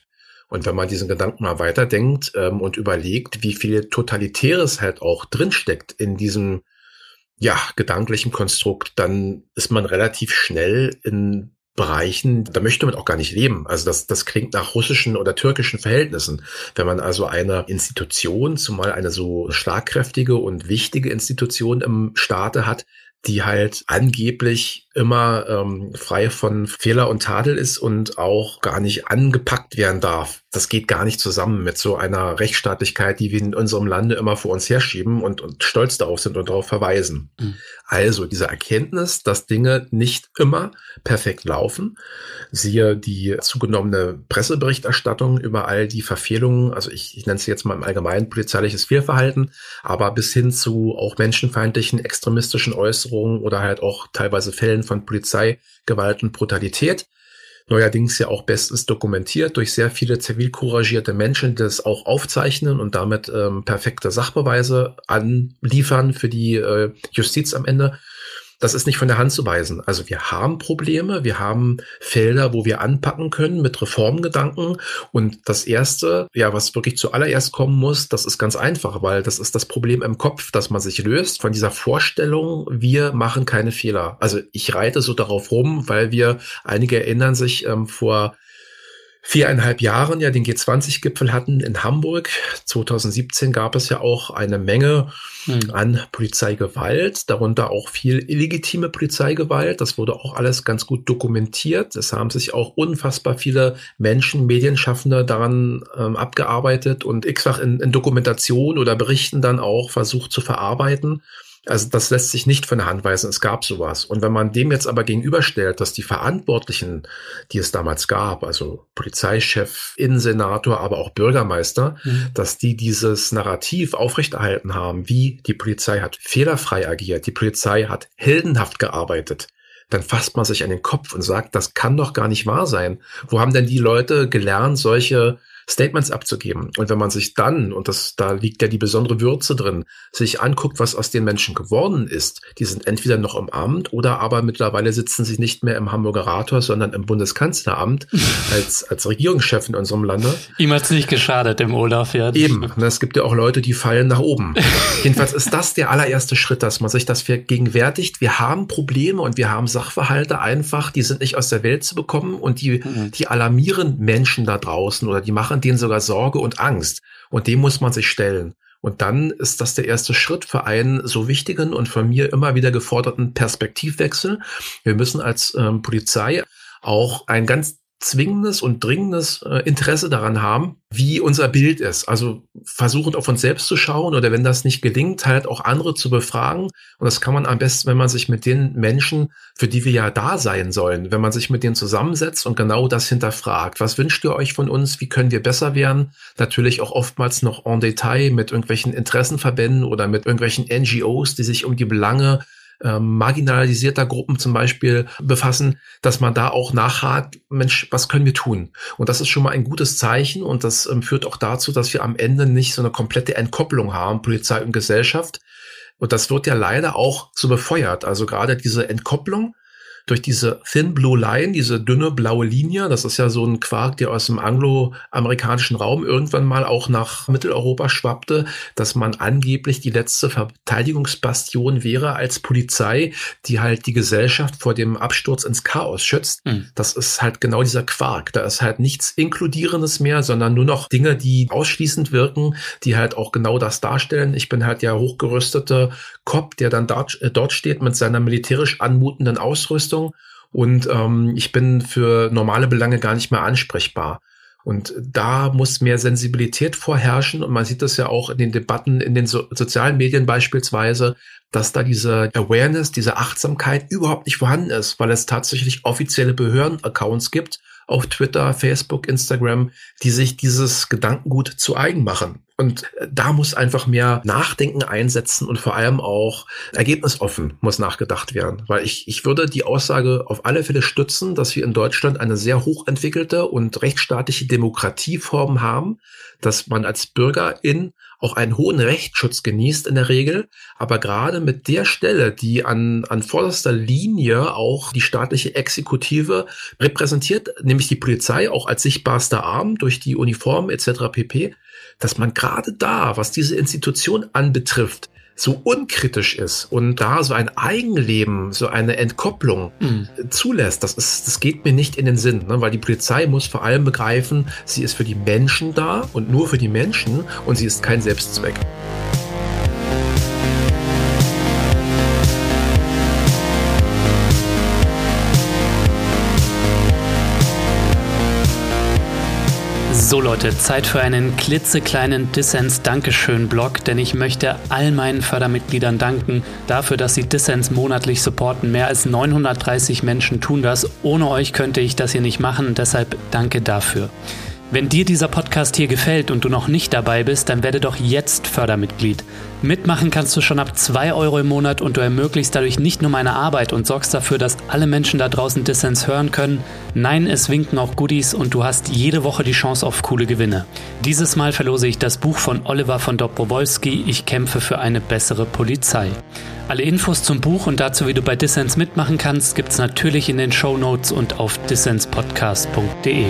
Und wenn man diesen Gedanken mal weiterdenkt ähm, und überlegt, wie viel Totalitäres halt auch drinsteckt in diesem ja gedanklichen Konstrukt, dann ist man relativ schnell in Bereichen, da möchte man auch gar nicht leben. Also das, das klingt nach russischen oder türkischen Verhältnissen. Wenn man also eine Institution, zumal eine so schlagkräftige und wichtige Institution im Staate hat, die halt angeblich immer ähm, frei von Fehler und Tadel ist und auch gar nicht angepackt werden darf. Das geht gar nicht zusammen mit so einer Rechtsstaatlichkeit, die wir in unserem Lande immer vor uns herschieben und, und stolz darauf sind und darauf verweisen. Mhm. Also diese Erkenntnis, dass Dinge nicht immer perfekt laufen, siehe die zugenommene Presseberichterstattung über all die Verfehlungen, also ich, ich nenne es jetzt mal im Allgemeinen polizeiliches Fehlverhalten, aber bis hin zu auch menschenfeindlichen, extremistischen Äußerungen oder halt auch teilweise Fällen von Polizeigewalt und Brutalität. Neuerdings ja auch bestens dokumentiert durch sehr viele zivil couragierte Menschen, die das auch aufzeichnen und damit ähm, perfekte Sachbeweise anliefern für die äh, Justiz am Ende. Das ist nicht von der Hand zu weisen. Also wir haben Probleme, wir haben Felder, wo wir anpacken können mit Reformgedanken. Und das Erste, ja, was wirklich zuallererst kommen muss, das ist ganz einfach, weil das ist das Problem im Kopf, dass man sich löst von dieser Vorstellung, wir machen keine Fehler. Also ich reite so darauf rum, weil wir, einige erinnern sich, ähm, vor viereinhalb Jahren ja den G zwanzig Gipfel hatten in Hamburg. zwanzig siebzehn gab es ja auch eine Menge hm. an Polizeigewalt, darunter auch viel illegitime Polizeigewalt. Das wurde auch alles ganz gut dokumentiert. Es haben sich auch unfassbar viele Menschen, Medienschaffende daran ähm, abgearbeitet und x-fach in, in Dokumentation oder Berichten dann auch versucht zu verarbeiten. Also das lässt sich nicht von der Hand weisen, es gab sowas. Und wenn man dem jetzt aber gegenüberstellt, dass die Verantwortlichen, die es damals gab, also Polizeichef, Innensenator, aber auch Bürgermeister, mhm. dass die dieses Narrativ aufrechterhalten haben, wie die Polizei hat fehlerfrei agiert, die Polizei hat heldenhaft gearbeitet, dann fasst man sich an den Kopf und sagt, das kann doch gar nicht wahr sein. Wo haben denn die Leute gelernt, solche Statements abzugeben? Und wenn man sich dann, und das, da liegt ja die besondere Würze drin, sich anguckt, was aus den Menschen geworden ist, die sind entweder noch im Amt oder aber mittlerweile sitzen sie nicht mehr im Hamburger Rathaus, sondern im Bundeskanzleramt als, als Regierungschef in unserem Lande. Ihm hat's nicht geschadet, dem Olaf, ja. Eben. Und es gibt ja auch Leute, die fallen nach oben. Jedenfalls ist das der allererste Schritt, dass man sich das vergegenwärtigt. Wir haben Probleme und wir haben Sachverhalte einfach, die sind nicht aus der Welt zu bekommen und die, mhm. die alarmieren Menschen da draußen oder die machen denen sogar Sorge und Angst. Und dem muss man sich stellen. Und dann ist das der erste Schritt für einen so wichtigen und von mir immer wieder geforderten Perspektivwechsel. Wir müssen als ähm, Polizei auch ein ganz zwingendes und dringendes äh, Interesse daran haben, wie unser Bild ist. Also versuchen auf uns selbst zu schauen oder wenn das nicht gelingt, halt auch andere zu befragen. Und das kann man am besten, wenn man sich mit den Menschen, für die wir ja da sein sollen, wenn man sich mit denen zusammensetzt und genau das hinterfragt. Was wünscht ihr euch von uns? Wie können wir besser werden? Natürlich auch oftmals noch en Detail mit irgendwelchen Interessenverbänden oder mit irgendwelchen N G Os, die sich um die Belange marginalisierter Gruppen zum Beispiel befassen, dass man da auch nachhakt, Mensch, was können wir tun? Und das ist schon mal ein gutes Zeichen und das ähm, führt auch dazu, dass wir am Ende nicht so eine komplette Entkopplung haben, Polizei und Gesellschaft. Und das wird ja leider auch so befeuert. Also gerade diese Entkopplung durch diese Thin Blue Line, diese dünne blaue Linie, das ist ja so ein Quark, der aus dem angloamerikanischen Raum irgendwann mal auch nach Mitteleuropa schwappte, dass man angeblich die letzte Verteidigungsbastion wäre als Polizei, die halt die Gesellschaft vor dem Absturz ins Chaos schützt. Mhm. Das ist halt genau dieser Quark. Da ist halt nichts Inkludierendes mehr, sondern nur noch Dinge, die ausschließend wirken, die halt auch genau das darstellen. Ich bin halt der hochgerüstete Cop, der dann dort, äh, dort steht mit seiner militärisch anmutenden Ausrüstung. Und ähm, ich bin für normale Belange gar nicht mehr ansprechbar. Und da muss mehr Sensibilität vorherrschen. Und man sieht das ja auch in den Debatten in den so- sozialen Medien beispielsweise, dass da diese Awareness, diese Achtsamkeit überhaupt nicht vorhanden ist, weil es tatsächlich offizielle Behörden-Accounts gibt auf Twitter, Facebook, Instagram, die sich dieses Gedankengut zu eigen machen. Und da muss einfach mehr Nachdenken einsetzen und vor allem auch ergebnisoffen muss nachgedacht werden. Weil ich, ich würde die Aussage auf alle Fälle stützen, dass wir in Deutschland eine sehr hochentwickelte und rechtsstaatliche Demokratieform haben, dass man als Bürgerin auch einen hohen Rechtsschutz genießt in der Regel. Aber gerade mit der Stelle, die an, an vorderster Linie auch die staatliche Exekutive repräsentiert, nämlich die Polizei, auch als sichtbarster Arm durch die Uniform et cetera pp., dass man gerade da, was diese Institution anbetrifft, so unkritisch ist und da so ein Eigenleben, so eine Entkopplung mhm. zulässt, das ist, das geht mir nicht in den Sinn, ne? Weil die Polizei muss vor allem begreifen, sie ist für die Menschen da und nur für die Menschen und sie ist kein Selbstzweck. So Leute, Zeit für einen klitzekleinen Dissens-Dankeschön-Blog, denn ich möchte all meinen Fördermitgliedern danken dafür, dass sie Dissens monatlich supporten. Mehr als neunhundertdreißig Menschen tun das. Ohne euch könnte ich das hier nicht machen, deshalb danke dafür. Wenn dir dieser Podcast hier gefällt und du noch nicht dabei bist, dann werde doch jetzt Fördermitglied. Mitmachen kannst du schon ab zwei Euro im Monat und du ermöglichst dadurch nicht nur meine Arbeit und sorgst dafür, dass alle Menschen da draußen Dissens hören können. Nein, es winken auch Goodies und du hast jede Woche die Chance auf coole Gewinne. Dieses Mal verlose ich das Buch von Oliver von Dobrowolski, Ich kämpfe für eine bessere Polizei. Alle Infos zum Buch und dazu, wie du bei Dissens mitmachen kannst, gibt's natürlich in den Shownotes und auf dissenspodcast punkt de.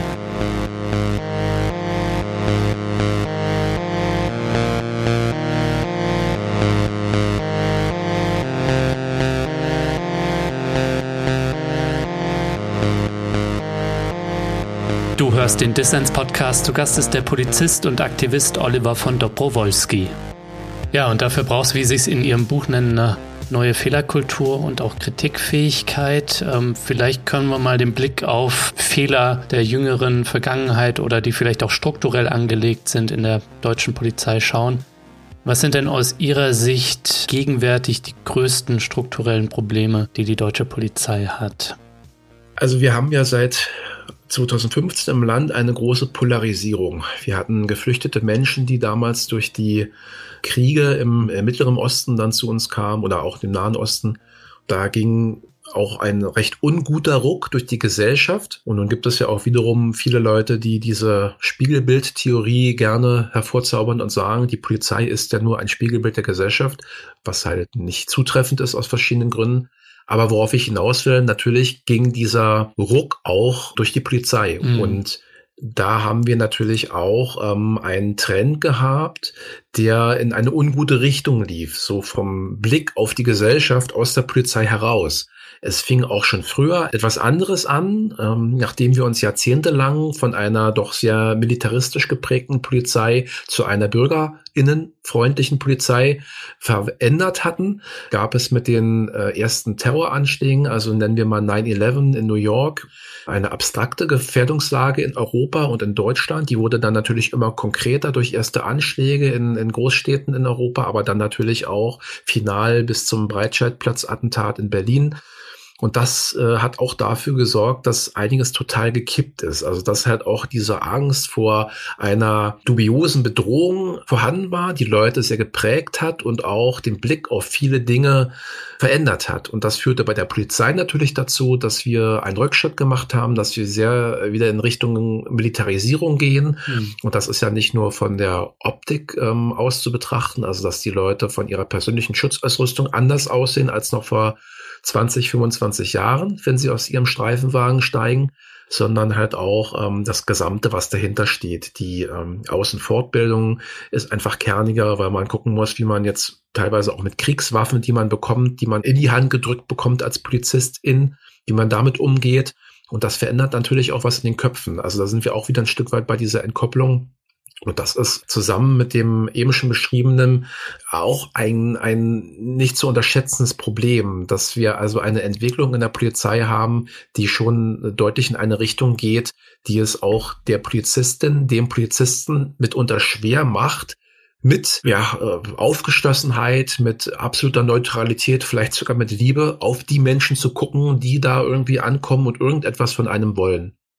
Du hörst den Dissens-Podcast. Zu Gast ist der Polizist und Aktivist Oliver von Dobrowolski. Ja, und dafür brauchst du, wie sie es in ihrem Buch nennen, eine neue Fehlerkultur und auch Kritikfähigkeit. Ähm, vielleicht können wir mal den Blick auf Fehler der jüngeren Vergangenheit oder die vielleicht auch strukturell angelegt sind in der deutschen Polizei schauen. Was sind denn aus Ihrer Sicht gegenwärtig die größten strukturellen Probleme, die die deutsche Polizei hat? Also wir haben ja seit zweitausendfünfzehn im Land eine große Polarisierung. Wir hatten geflüchtete Menschen, die damals durch die Kriege im Mittleren Osten dann zu uns kamen oder auch im Nahen Osten. Da ging auch ein recht unguter Ruck durch die Gesellschaft. Und nun gibt es ja auch wiederum viele Leute, die diese Spiegelbildtheorie gerne hervorzaubern und sagen, die Polizei ist ja nur ein Spiegelbild der Gesellschaft, was halt nicht zutreffend ist aus verschiedenen Gründen. Aber worauf ich hinaus will, natürlich ging dieser Ruck auch durch die Polizei. Mhm. Und da haben wir natürlich auch ähm, einen Trend gehabt, der in eine ungute Richtung lief, so vom Blick auf die Gesellschaft aus der Polizei heraus. Es fing auch schon früher etwas anderes an, ähm, nachdem wir uns jahrzehntelang von einer doch sehr militaristisch geprägten Polizei zu einer bürgerinnenfreundlichen Polizei verändert hatten, gab es mit den äh, ersten Terroranschlägen, also nennen wir mal nine eleven in New York, eine abstrakte Gefährdungslage in Europa und in Deutschland. Die wurde dann natürlich immer konkreter durch erste Anschläge in, in Großstädten in Europa, aber dann natürlich auch final bis zum Breitscheidplatz-Attentat in Berlin. Und das äh, hat auch dafür gesorgt, dass einiges total gekippt ist. Also dass halt auch diese Angst vor einer dubiosen Bedrohung vorhanden war, die Leute sehr geprägt hat und auch den Blick auf viele Dinge verändert hat. Und das führte bei der Polizei natürlich dazu, dass wir einen Rückschritt gemacht haben, dass wir sehr wieder in Richtung Militarisierung gehen. Mhm. Und das ist ja nicht nur von der Optik ähm, aus zu betrachten, also dass die Leute von ihrer persönlichen Schutzausrüstung anders aussehen als noch vor zwanzig, fünfundzwanzig Jahren, wenn sie aus ihrem Streifenwagen steigen, sondern halt auch ähm, das Gesamte, was dahinter steht. Die ähm, Außenfortbildung ist einfach kerniger, weil man gucken muss, wie man jetzt teilweise auch mit Kriegswaffen, die man bekommt, die man in die Hand gedrückt bekommt als Polizistin, wie man damit umgeht. Und das verändert natürlich auch was in den Köpfen. Also da sind wir auch wieder ein Stück weit bei dieser Entkopplung. Und das ist zusammen mit dem eben schon beschriebenen auch ein, ein nicht zu unterschätzendes Problem, dass wir also eine Entwicklung in der Polizei haben, die schon deutlich in eine Richtung geht, die es auch der Polizistin, dem Polizisten mitunter schwer macht, mit ja, Aufgeschlossenheit, mit absoluter Neutralität, vielleicht sogar mit Liebe auf die Menschen zu gucken, die da irgendwie ankommen und irgendetwas von einem wollen.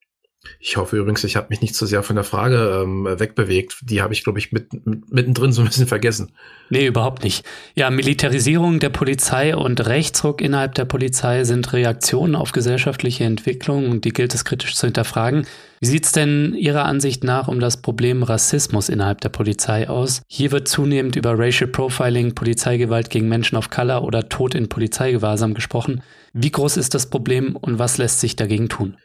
Ich hoffe übrigens, ich habe mich nicht zu sehr von der Frage ähm, wegbewegt. Die habe ich, glaube ich, mit, mit, mittendrin so ein bisschen vergessen. Nee, überhaupt nicht. Ja, Militarisierung der Polizei und Rechtsruck innerhalb der Polizei sind Reaktionen auf gesellschaftliche Entwicklungen und die gilt es kritisch zu hinterfragen. Wie sieht es denn Ihrer Ansicht nach um das Problem Rassismus innerhalb der Polizei aus? Hier wird zunehmend über Racial Profiling, Polizeigewalt gegen Menschen of Color oder Tod in Polizeigewahrsam gesprochen. Wie groß ist das Problem und was lässt sich dagegen tun?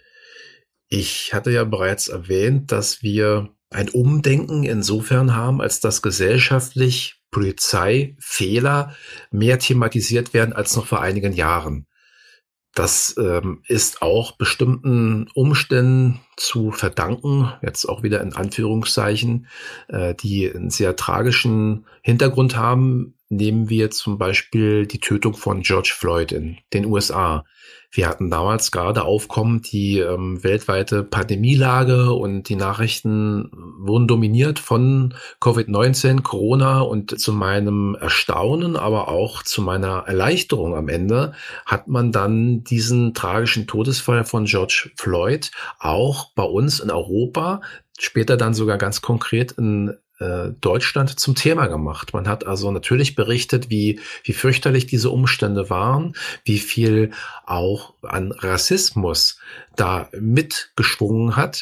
Ich hatte ja bereits erwähnt, dass wir ein Umdenken insofern haben, als dass gesellschaftlich Polizeifehler mehr thematisiert werden als noch vor einigen Jahren. Das ähm, ist auch bestimmten Umständen zu verdanken, jetzt auch wieder in Anführungszeichen, äh, die einen sehr tragischen Hintergrund haben. Nehmen wir zum Beispiel die Tötung von George Floyd in den U S A. Wir hatten damals gerade aufkommend die ähm, weltweite Pandemielage und die Nachrichten wurden dominiert von Covid neunzehn, Corona, und zu meinem Erstaunen, aber auch zu meiner Erleichterung am Ende hat man dann diesen tragischen Todesfall von George Floyd auch bei uns in Europa, später dann sogar ganz konkret in Deutschland zum Thema gemacht. Man hat also natürlich berichtet, wie, wie fürchterlich diese Umstände waren, wie viel auch an Rassismus da mitgeschwungen hat.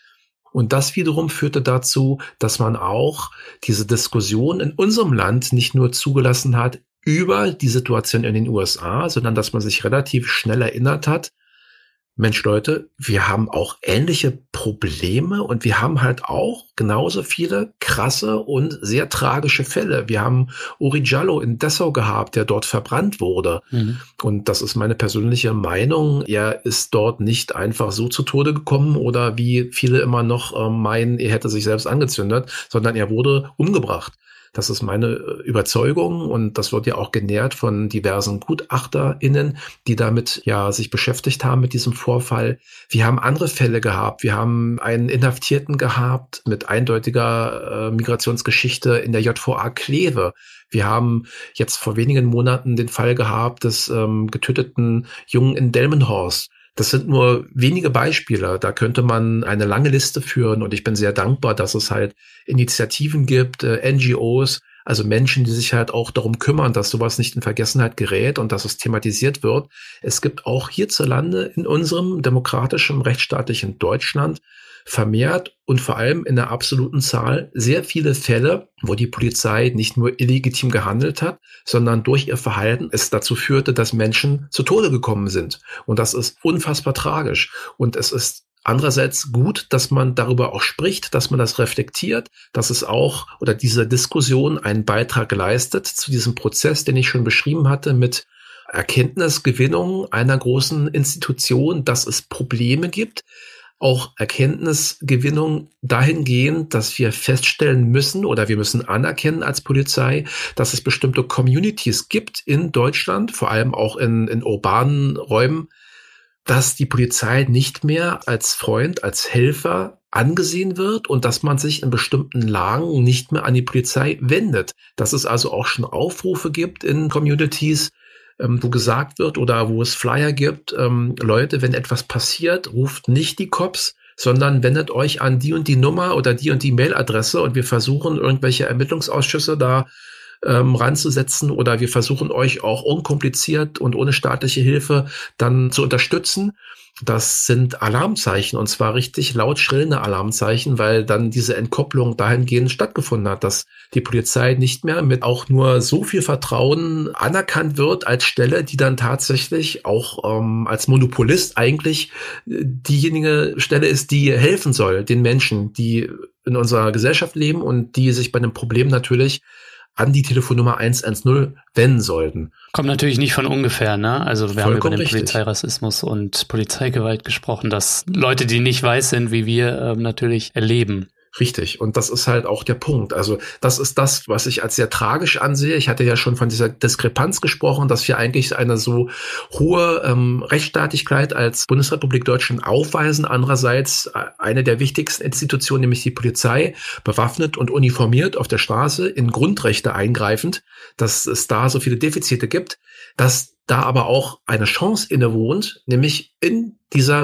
Und das wiederum führte dazu, dass man auch diese Diskussion in unserem Land nicht nur zugelassen hat über die Situation in den U S A, sondern dass man sich relativ schnell erinnert hat, Mensch, Leute, wir haben auch ähnliche Probleme und wir haben halt auch genauso viele krasse und sehr tragische Fälle. Wir haben Uri Jallo in Dessau gehabt, der dort verbrannt wurde. Mhm. Und das ist meine persönliche Meinung. Er ist dort nicht einfach so zu Tode gekommen oder wie viele immer noch äh, meinen, er hätte sich selbst angezündet, sondern er wurde umgebracht. Das ist meine Überzeugung und das wird ja auch genährt von diversen GutachterInnen, die damit ja sich beschäftigt haben mit diesem Vorfall. Wir haben andere Fälle gehabt. Wir haben einen Inhaftierten gehabt mit eindeutiger äh, Migrationsgeschichte in der J V A Kleve. Wir haben jetzt vor wenigen Monaten den Fall gehabt des ähm, getöteten Jungen in Delmenhorst. Das sind nur wenige Beispiele. Da könnte man eine lange Liste führen und ich bin sehr dankbar, dass es halt Initiativen gibt, äh, N G Os, also Menschen, die sich halt auch darum kümmern, dass sowas nicht in Vergessenheit gerät und dass es thematisiert wird. Es gibt auch hierzulande in unserem demokratischen, rechtsstaatlichen Deutschland vermehrt und vor allem in der absoluten Zahl sehr viele Fälle, wo die Polizei nicht nur illegitim gehandelt hat, sondern durch ihr Verhalten es dazu führte, dass Menschen zu Tode gekommen sind. Und das ist unfassbar tragisch. Und es ist andererseits gut, dass man darüber auch spricht, dass man das reflektiert, dass es auch oder diese Diskussion einen Beitrag leistet zu diesem Prozess, den ich schon beschrieben hatte, mit Erkenntnisgewinnung einer großen Institution, dass es Probleme gibt. Auch Erkenntnisgewinnung dahingehend, dass wir feststellen müssen oder wir müssen anerkennen als Polizei, dass es bestimmte Communities gibt in Deutschland, vor allem auch in, in urbanen Räumen, dass die Polizei nicht mehr als Freund, als Helfer angesehen wird und dass man sich in bestimmten Lagen nicht mehr an die Polizei wendet. Dass es also auch schon Aufrufe gibt in Communities, wo gesagt wird oder wo es Flyer gibt, ähm, Leute, wenn etwas passiert, ruft nicht die Cops, sondern wendet euch an die und die Nummer oder die und die Mailadresse und wir versuchen, irgendwelche Ermittlungsausschüsse da ähm, ranzusetzen oder wir versuchen, euch auch unkompliziert und ohne staatliche Hilfe dann zu unterstützen. Das sind Alarmzeichen und zwar richtig laut schrillende Alarmzeichen, weil dann diese Entkopplung dahingehend stattgefunden hat, dass die Polizei nicht mehr mit auch nur so viel Vertrauen anerkannt wird als Stelle, die dann tatsächlich auch ähm, als Monopolist eigentlich diejenige Stelle ist, die helfen soll den Menschen, die in unserer Gesellschaft leben und die sich bei einem Problem natürlich an die Telefonnummer eins eins null wenden sollten. Kommt natürlich nicht von ungefähr, ne? Also wir Vollkommen haben über den richtig. Polizeirassismus und Polizeigewalt gesprochen, dass Leute, die nicht weiß sind, wie wir, äh, natürlich erleben. Richtig. Und das ist halt auch der Punkt. Also das ist das, was ich als sehr tragisch ansehe. Ich hatte ja schon von dieser Diskrepanz gesprochen, dass wir eigentlich eine so hohe ähm, Rechtsstaatlichkeit als Bundesrepublik Deutschland aufweisen. Andererseits eine der wichtigsten Institutionen, nämlich die Polizei, bewaffnet und uniformiert auf der Straße, in Grundrechte eingreifend, dass es da so viele Defizite gibt, dass da aber auch eine Chance innewohnt, nämlich in dieser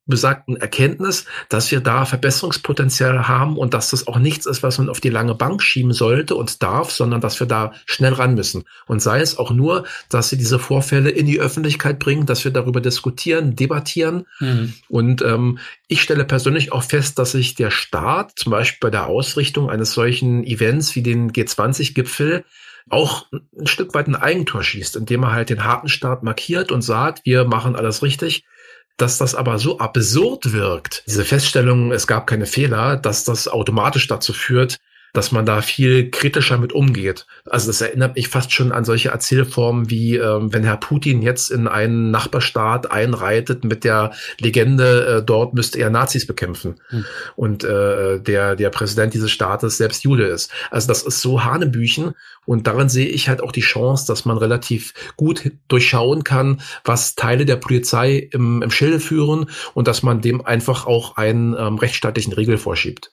besagten Erkenntnis, dass wir da Verbesserungspotenzial haben und dass das auch nichts ist, was man auf die lange Bank schieben sollte und darf, sondern dass wir da schnell ran müssen. Und sei es auch nur, dass wir diese Vorfälle in die Öffentlichkeit bringen, dass wir darüber diskutieren, debattieren. Mhm. Und ähm, ich stelle persönlich auch fest, dass sich der Staat zum Beispiel bei der Ausrichtung eines solchen Events wie den G zwanzig Gipfel auch ein Stück weit ein Eigentor schießt, indem er halt den harten Staat markiert und sagt, wir machen alles richtig. Dass das aber so absurd wirkt, diese Feststellung, es gab keine Fehler, dass das automatisch dazu führt, dass man da viel kritischer mit umgeht. Also das erinnert mich fast schon an solche Erzählformen wie, ähm, wenn Herr Putin jetzt in einen Nachbarstaat einreitet mit der Legende, äh, dort müsste er Nazis bekämpfen. Hm. Und äh, der der Präsident dieses Staates selbst Jude ist. Also das ist so Hanebüchen. Und darin sehe ich halt auch die Chance, dass man relativ gut durchschauen kann, was Teile der Polizei im, im Schilde führen und dass man dem einfach auch einen ähm, rechtsstaatlichen Riegel vorschiebt.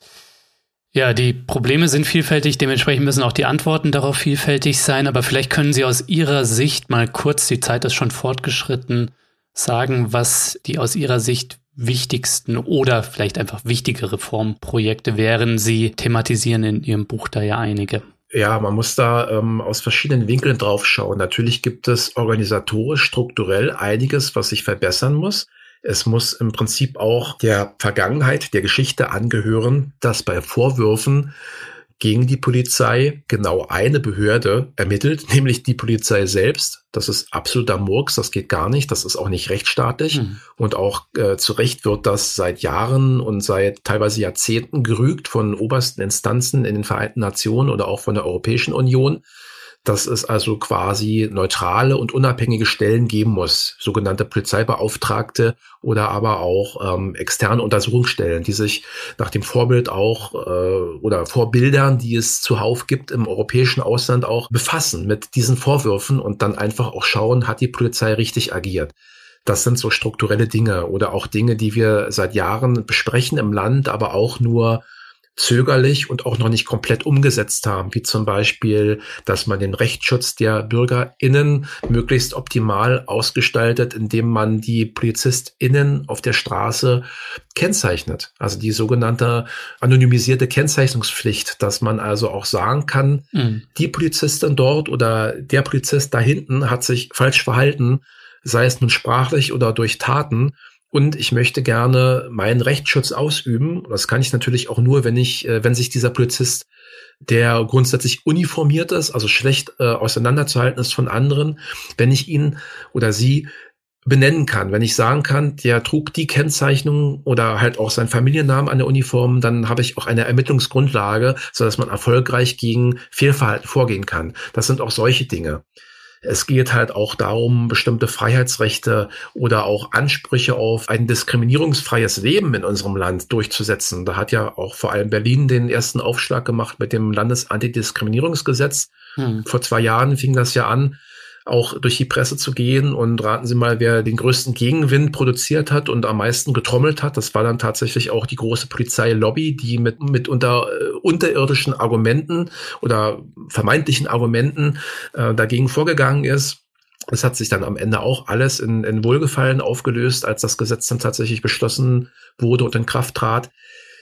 Ja, die Probleme sind vielfältig, dementsprechend müssen auch die Antworten darauf vielfältig sein, aber vielleicht können Sie aus Ihrer Sicht mal kurz, die Zeit ist schon fortgeschritten, sagen, was die aus Ihrer Sicht wichtigsten oder vielleicht einfach wichtige Reformprojekte wären. Sie thematisieren in Ihrem Buch da ja einige. Ja, man muss da ähm, aus verschiedenen Winkeln drauf schauen. Natürlich gibt es organisatorisch, strukturell einiges, was sich verbessern muss. Es muss im Prinzip auch der Vergangenheit, der Geschichte angehören, dass bei Vorwürfen gegen die Polizei genau eine Behörde ermittelt, nämlich die Polizei selbst. Das ist absoluter Murks, das geht gar nicht, das ist auch nicht rechtsstaatlich. Mhm. Und auch äh, zu Recht wird das seit Jahren und seit teilweise Jahrzehnten gerügt von obersten Instanzen in den Vereinten Nationen oder auch von der Europäischen Union, dass es also quasi neutrale und unabhängige Stellen geben muss, sogenannte Polizeibeauftragte oder aber auch ähm, externe Untersuchungsstellen, die sich nach dem Vorbild auch äh, oder Vorbildern, die es zuhauf gibt im europäischen Ausland auch befassen mit diesen Vorwürfen und dann einfach auch schauen, hat die Polizei richtig agiert. Das sind so strukturelle Dinge oder auch Dinge, die wir seit Jahren besprechen im Land, aber auch nur zögerlich und auch noch nicht komplett umgesetzt haben, wie zum Beispiel, dass man den Rechtsschutz der BürgerInnen möglichst optimal ausgestaltet, indem man die PolizistInnen auf der Straße kennzeichnet. Also die sogenannte anonymisierte Kennzeichnungspflicht, dass man also auch sagen kann, mhm. die Polizistin dort oder der Polizist da hinten hat sich falsch verhalten, sei es nun sprachlich oder durch Taten. Und ich möchte gerne meinen Rechtsschutz ausüben. Das kann ich natürlich auch nur, wenn ich, wenn sich dieser Polizist, der grundsätzlich uniformiert ist, also schlecht äh, auseinanderzuhalten ist von anderen, wenn ich ihn oder sie benennen kann. Wenn ich sagen kann, der trug die Kennzeichnung oder halt auch seinen Familiennamen an der Uniform, dann habe ich auch eine Ermittlungsgrundlage, sodass man erfolgreich gegen Fehlverhalten vorgehen kann. Das sind auch solche Dinge. Es geht halt auch darum, bestimmte Freiheitsrechte oder auch Ansprüche auf ein diskriminierungsfreies Leben in unserem Land durchzusetzen. Da hat ja auch vor allem Berlin den ersten Aufschlag gemacht mit dem Landesantidiskriminierungsgesetz. Hm. Vor zwei Jahren fing das ja an, auch durch die Presse zu gehen. Und raten Sie mal, wer den größten Gegenwind produziert hat und am meisten getrommelt hat. Das war dann tatsächlich auch die große Polizeilobby, die mit, mit unter, äh, unterirdischen Argumenten oder vermeintlichen Argumenten äh, dagegen vorgegangen ist. Es hat sich dann am Ende auch alles in, in Wohlgefallen aufgelöst, als das Gesetz dann tatsächlich beschlossen wurde und in Kraft trat.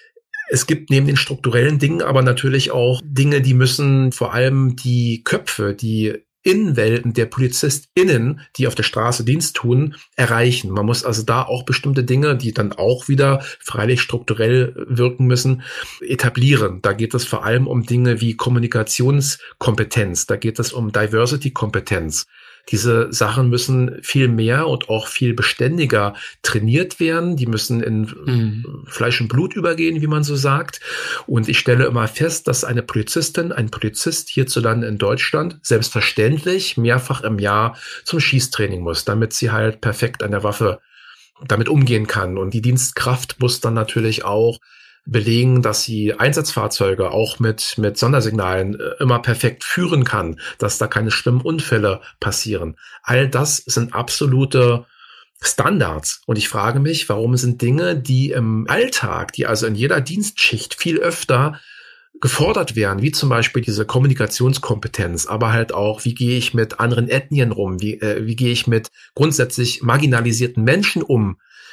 Es gibt neben den strukturellen Dingen aber natürlich auch Dinge, die müssen vor allem die Köpfe, die Innenwelten der PolizistInnen, die auf der Straße Dienst tun, erreichen. Man muss also da auch bestimmte Dinge, die dann auch wieder freilich strukturell wirken müssen, etablieren. Da geht es vor allem um Dinge wie Kommunikationskompetenz, da geht es um Diversity-Kompetenz. Diese Sachen müssen viel mehr und auch viel beständiger trainiert werden. Die müssen in mhm. Fleisch und Blut übergehen, wie man so sagt. Und ich stelle immer fest, dass eine Polizistin, ein Polizist hierzulande in Deutschland selbstverständlich mehrfach im Jahr zum Schießtraining muss, damit sie halt perfekt an der Waffe damit umgehen kann. Und die Dienstkraft muss dann natürlich auch belegen, dass sie Einsatzfahrzeuge auch mit mit Sondersignalen äh, immer perfekt führen kann, dass da keine schlimmen Unfälle passieren. All das sind absolute Standards. Und ich frage mich, warum sind Dinge, die im Alltag, die also in jeder Dienstschicht viel öfter gefordert werden, wie zum Beispiel diese Kommunikationskompetenz, aber halt auch, wie gehe ich mit anderen Ethnien rum, wie, äh, wie gehe ich mit grundsätzlich marginalisierten Menschen um,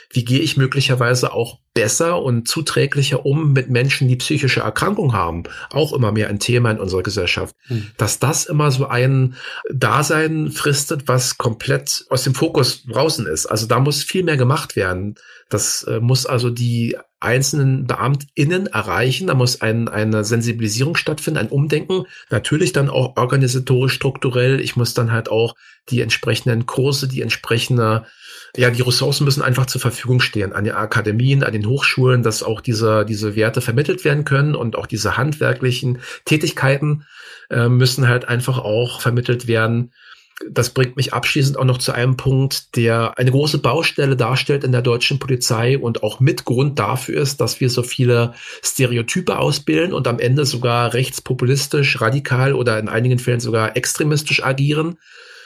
wie gehe ich möglicherweise auch besser und zuträglicher um mit Menschen, die psychische Erkrankungen haben, auch immer mehr ein Thema in unserer Gesellschaft, mhm. dass das immer so ein Dasein fristet, was komplett aus dem Fokus draußen ist. Also da muss viel mehr gemacht werden. Das äh, muss also die einzelnen BeamtInnen erreichen. Da muss ein, eine Sensibilisierung stattfinden, ein Umdenken. Natürlich dann auch organisatorisch, strukturell. Ich muss dann halt auch die entsprechenden Kurse, die entsprechende, ja, die Ressourcen müssen einfach zur Verfügung stehen an den Akademien, an den Hochschulen, dass auch diese, diese Werte vermittelt werden können und auch diese handwerklichen Tätigkeiten äh, müssen halt einfach auch vermittelt werden. Das bringt mich abschließend auch noch zu einem Punkt, der eine große Baustelle darstellt in der deutschen Polizei und auch mit Grund dafür ist, dass wir so viele Stereotype ausbilden und am Ende sogar rechtspopulistisch, radikal oder in einigen Fällen sogar extremistisch agieren.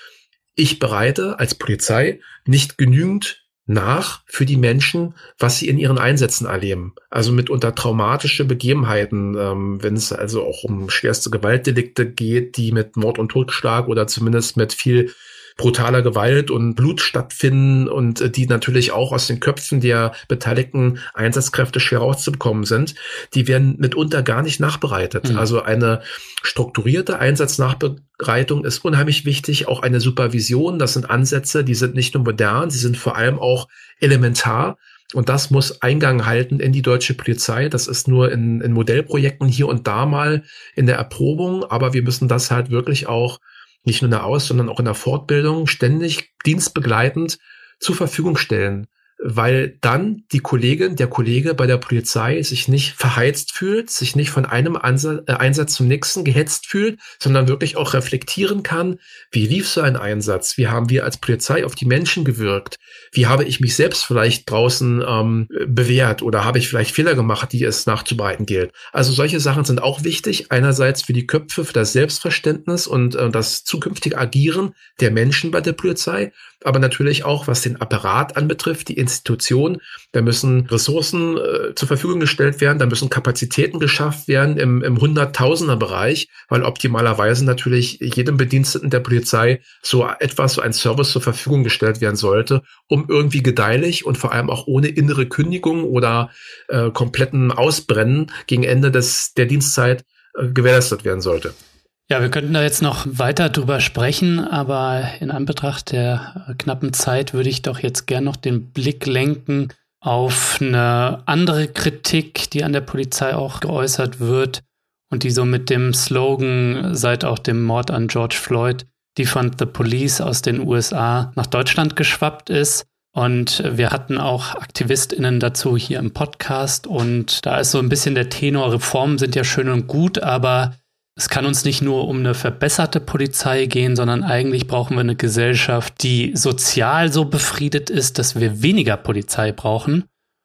Ich bereite als Polizei nicht genügend nach für die Menschen, was sie in ihren Einsätzen erleben. Also mitunter traumatische Begebenheiten, ähm, wenn es also auch um schwerste Gewaltdelikte geht, die mit Mord und Totschlag oder zumindest mit viel brutaler Gewalt und Blut stattfinden und äh, die natürlich auch aus den Köpfen der beteiligten Einsatzkräfte schwer rauszubekommen sind, die werden mitunter gar nicht nachbereitet. Mhm. Also eine strukturierte Einsatznachbereitung ist unheimlich wichtig, auch eine Supervision, das sind Ansätze, die sind nicht nur modern, sie sind vor allem auch elementar. Und das muss Eingang halten in die deutsche Polizei. Das ist nur in, in Modellprojekten hier und da mal in der Erprobung, aber wir müssen das halt wirklich auch nicht nur in der Aus-, sondern auch in der Fortbildung ständig dienstbegleitend zur Verfügung stellen, weil dann die Kollegin, der Kollege bei der Polizei sich nicht verheizt fühlt, sich nicht von einem Ansatz, äh, Einsatz zum nächsten gehetzt fühlt, sondern wirklich auch reflektieren kann, wie lief so ein Einsatz, wie haben wir als Polizei auf die Menschen gewirkt, wie habe ich mich selbst vielleicht draußen ähm, bewährt oder habe ich vielleicht Fehler gemacht, die es nachzubereiten gilt. Also solche Sachen sind auch wichtig, einerseits für die Köpfe, für das Selbstverständnis und äh, das zukünftige Agieren der Menschen bei der Polizei, aber natürlich auch, was den Apparat anbetrifft, die Institution. Da müssen Ressourcen äh, zur Verfügung gestellt werden, da müssen Kapazitäten geschafft werden im, im Hunderttausender-Bereich, weil optimalerweise natürlich jedem Bediensteten der Polizei so etwas, so ein Service zur Verfügung gestellt werden sollte, um irgendwie gedeihlich und vor allem auch ohne innere Kündigung oder äh, kompletten Ausbrennen gegen Ende des der Dienstzeit äh, gewährleistet werden sollte. Ja, wir könnten da jetzt noch weiter drüber sprechen, aber in Anbetracht der knappen Zeit würde ich doch jetzt gern noch den Blick lenken auf eine andere Kritik, die an der Polizei auch geäußert wird und die so mit dem Slogan seit auch dem Mord an George Floyd, Defund the Police, aus den U S A nach Deutschland geschwappt ist. Und wir hatten auch AktivistInnen dazu hier im Podcast und da ist so ein bisschen der Tenor, Reformen sind ja schön und gut, aber es kann uns nicht nur um eine verbesserte Polizei gehen, sondern eigentlich brauchen wir eine Gesellschaft, die sozial so befriedet ist, dass wir weniger Polizei brauchen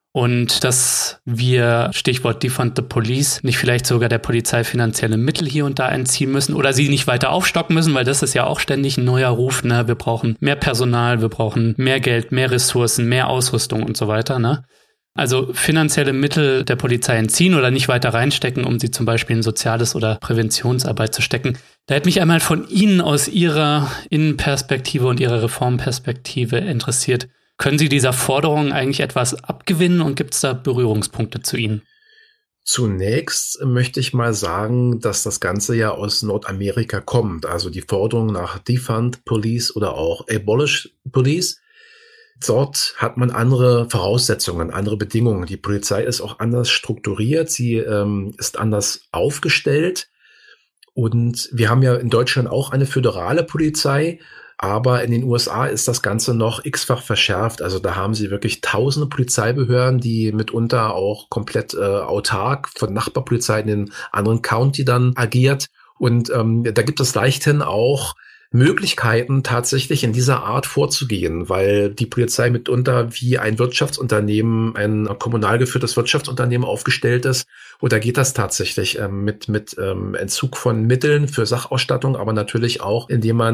und dass wir, Stichwort Defund the Police, nicht vielleicht sogar der Polizei finanzielle Mittel hier und da entziehen müssen oder sie nicht weiter aufstocken müssen, weil das ist ja auch ständig ein neuer Ruf, ne? Wir brauchen mehr Personal, wir brauchen mehr Geld, mehr Ressourcen, mehr Ausrüstung und so weiter, ne? Also finanzielle Mittel der Polizei entziehen oder nicht weiter reinstecken, um sie zum Beispiel in Soziales oder Präventionsarbeit zu stecken. Da hätte mich einmal von Ihnen aus Ihrer Innenperspektive und Ihrer Reformperspektive interessiert. Können Sie dieser Forderung eigentlich etwas abgewinnen und gibt es da Berührungspunkte zu Ihnen? Zunächst möchte ich mal sagen, dass das Ganze ja aus Nordamerika kommt. Also die Forderung nach Defund Police oder auch Abolish Police. Dort hat man andere Voraussetzungen, andere Bedingungen. Die Polizei ist auch anders strukturiert, sie ähm, ist anders aufgestellt. Und wir haben ja in Deutschland auch eine föderale Polizei, aber in den U S A ist das Ganze noch x-fach verschärft. Also da haben sie wirklich tausende Polizeibehörden, die mitunter auch komplett äh, autark von Nachbarpolizei in den anderen County dann agiert. Und ähm, da gibt es leichthin auch Möglichkeiten, tatsächlich in dieser Art vorzugehen, weil die Polizei mitunter wie ein Wirtschaftsunternehmen, ein kommunal geführtes Wirtschaftsunternehmen aufgestellt ist. Oder geht das tatsächlich ähm, mit mit ähm, Entzug von Mitteln für Sachausstattung, aber natürlich auch, indem man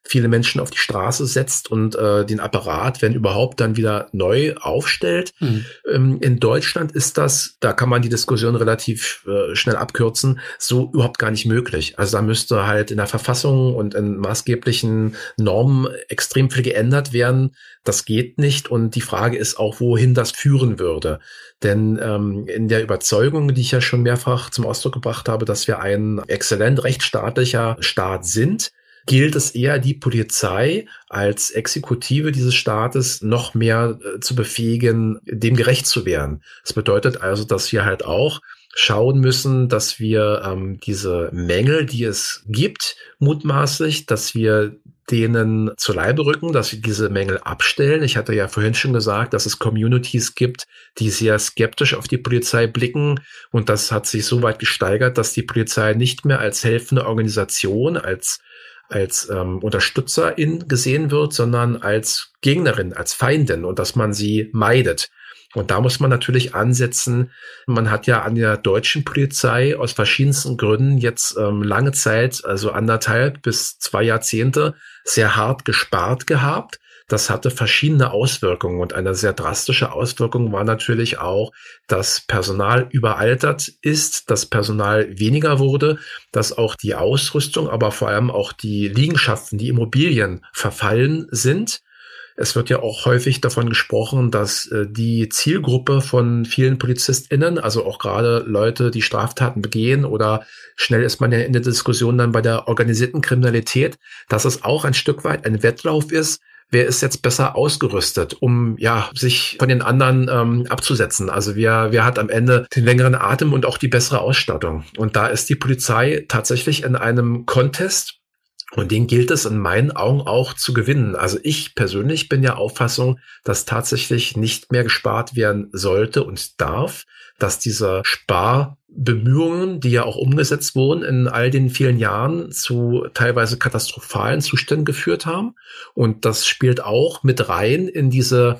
viele Menschen auf die Straße setzt und äh, den Apparat, wenn überhaupt, dann wieder neu aufstellt. Mhm. Ähm, in Deutschland ist das, da kann man die Diskussion relativ äh, schnell abkürzen, so überhaupt gar nicht möglich. Also da müsste halt in der Verfassung und in maßgeblichen Normen extrem viel geändert werden. Das geht nicht und die Frage ist auch, wohin das führen würde. Denn ähm, in der Überzeugung, die ich ja schon mehrfach zum Ausdruck gebracht habe, dass wir ein exzellent rechtsstaatlicher Staat sind, gilt es eher, die Polizei als Exekutive dieses Staates noch mehr äh, zu befähigen, dem gerecht zu werden. Das bedeutet also, dass wir halt auch schauen müssen, dass wir ähm, diese Mängel, die es gibt, mutmaßlich, dass wir denen zu Leibe rücken, dass wir diese Mängel abstellen. Ich hatte ja vorhin schon gesagt, dass es Communities gibt, die sehr skeptisch auf die Polizei blicken. Und das hat sich so weit gesteigert, dass die Polizei nicht mehr als helfende Organisation, als als ähm, Unterstützerin gesehen wird, sondern als Gegnerin, als Feindin und dass man sie meidet. Und da muss man natürlich ansetzen. Man hat ja an der deutschen Polizei aus verschiedensten Gründen jetzt ähm, lange Zeit, also anderthalb bis zwei Jahrzehnte, sehr hart gespart gehabt. Das hatte verschiedene Auswirkungen und eine sehr drastische Auswirkung war natürlich auch, dass Personal überaltert ist, dass Personal weniger wurde, dass auch die Ausrüstung, aber vor allem auch die Liegenschaften, die Immobilien verfallen sind. Es wird ja auch häufig davon gesprochen, dass äh, die Zielgruppe von vielen PolizistInnen, also auch gerade Leute, die Straftaten begehen oder schnell ist man ja in der Diskussion dann bei der organisierten Kriminalität, dass es auch ein Stück weit ein Wettlauf ist, wer ist jetzt besser ausgerüstet, um ja sich von den anderen ähm, abzusetzen. Also wer, wer hat am Ende den längeren Atem und auch die bessere Ausstattung. Und da ist die Polizei tatsächlich in einem Contest, und den gilt es in meinen Augen auch zu gewinnen. Also ich persönlich bin der Auffassung, dass tatsächlich nicht mehr gespart werden sollte und darf, dass diese Sparbemühungen, die ja auch umgesetzt wurden in all den vielen Jahren, zu teilweise katastrophalen Zuständen geführt haben. Und das spielt auch mit rein in diese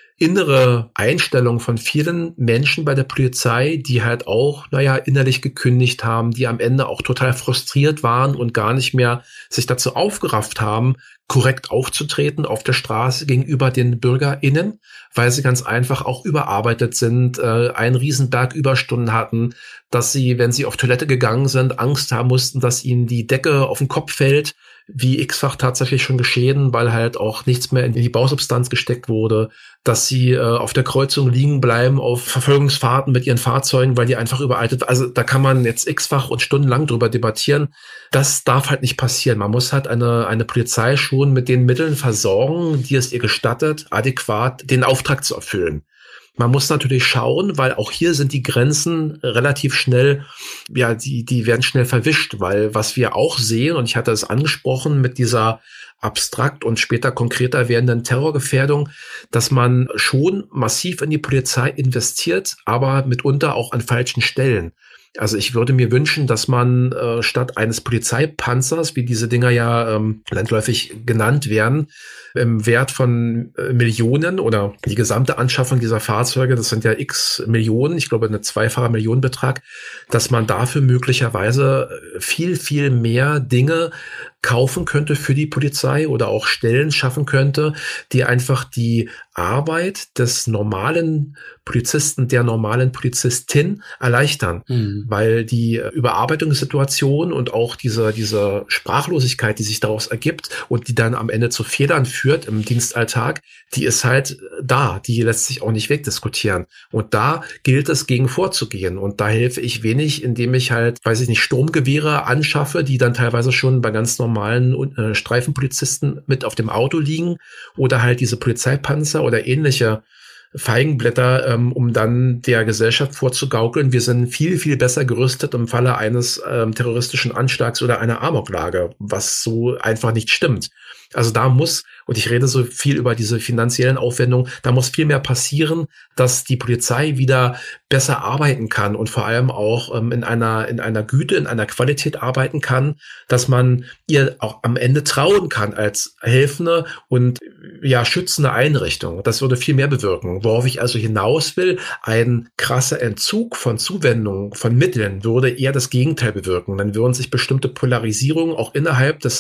innere Einstellung von vielen Menschen bei der Polizei, die halt auch, naja, innerlich gekündigt haben, die am Ende auch total frustriert waren und gar nicht mehr sich dazu aufgerafft haben, korrekt aufzutreten auf der Straße gegenüber den BürgerInnen, weil sie ganz einfach auch überarbeitet sind, äh, einen Riesenberg Überstunden hatten, dass sie, wenn sie auf Toilette gegangen sind, Angst haben mussten, dass ihnen die Decke auf den Kopf fällt, wie x-fach tatsächlich schon geschehen, weil halt auch nichts mehr in die Bausubstanz gesteckt wurde, dass sie äh, auf der Kreuzung liegen bleiben auf Verfolgungsfahrten mit ihren Fahrzeugen, weil die einfach überaltet. Also da kann man jetzt x-fach und stundenlang drüber debattieren. Das darf halt nicht passieren. Man muss halt eine eine Polizei schon mit den Mitteln versorgen, die es ihr gestattet, adäquat den Auftrag zu erfüllen. Man muss natürlich schauen, weil auch hier sind die Grenzen relativ schnell, ja, die, die werden schnell verwischt, weil was wir auch sehen, und ich hatte es angesprochen mit dieser abstrakt und später konkreter werdenden Terrorgefährdung, dass man schon massiv in die Polizei investiert, aber mitunter auch an falschen Stellen. Also ich würde mir wünschen, dass man äh, statt eines Polizeipanzers, wie diese Dinger ja ähm, landläufig genannt werden, im Wert von äh, Millionen oder die gesamte Anschaffung dieser Fahrzeuge, das sind ja x Millionen, ich glaube eine zweifacher Millionenbetrag, dass man dafür möglicherweise viel, viel mehr Dinge kaufen könnte für die Polizei oder auch Stellen schaffen könnte, die einfach die Arbeit des normalen Polizisten, der normalen Polizistin erleichtern, mhm. weil die Überarbeitungssituation und auch diese, diese Sprachlosigkeit, die sich daraus ergibt und die dann am Ende zu Fehlern führt im Dienstalltag, die ist halt da, die lässt sich auch nicht wegdiskutieren. Und da gilt es, gegen vorzugehen. Und da helfe ich wenig, indem ich halt, weiß ich nicht, Sturmgewehre anschaffe, die dann teilweise schon bei ganz normalen äh, Streifenpolizisten mit auf dem Auto liegen oder halt diese Polizeipanzer oder ähnliche Feigenblätter, ähm, um dann der Gesellschaft vorzugaukeln, wir sind viel, viel besser gerüstet im Falle eines ähm, terroristischen Anschlags oder einer Amoklage, was so einfach nicht stimmt. Also da muss, und ich rede so viel über diese finanziellen Aufwendungen, da muss viel mehr passieren, dass die Polizei wieder besser arbeiten kann und vor allem auch ähm, in einer in einer Güte, in einer Qualität arbeiten kann, dass man ihr auch am Ende trauen kann als helfende und ja schützende Einrichtung. Das würde viel mehr bewirken. Worauf ich also hinaus will, ein krasser Entzug von Zuwendungen, von Mitteln würde eher das Gegenteil bewirken. Dann würden sich bestimmte Polarisierungen auch innerhalb des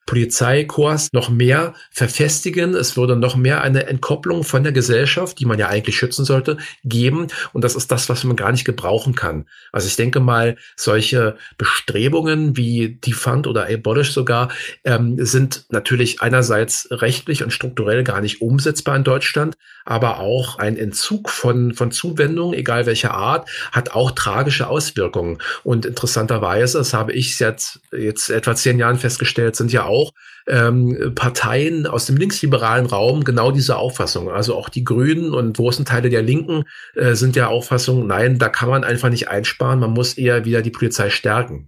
Polizeikorps noch mehr verfestigen. Es würde noch mehr eine Entkopplung von der Gesellschaft, die man ja eigentlich schützen sollte, geben. Und das ist das, was man gar nicht gebrauchen kann. Also ich denke mal, solche Bestrebungen wie Defund oder Abolish sogar ähm, sind natürlich einerseits rechtlich und strukturell gar nicht umsetzbar in Deutschland, aber auch ein Entzug von, von Zuwendung, egal welcher Art, hat auch tragische Auswirkungen. Und interessanterweise, das habe ich seit jetzt etwa zehn Jahren festgestellt, sind ja auch ähm, Parteien aus dem linksliberalen Raum genau diese Auffassung. Also auch die Grünen und großen Teile der Linken äh, sind ja Auffassung, nein, da kann man einfach nicht einsparen, man muss eher wieder die Polizei stärken.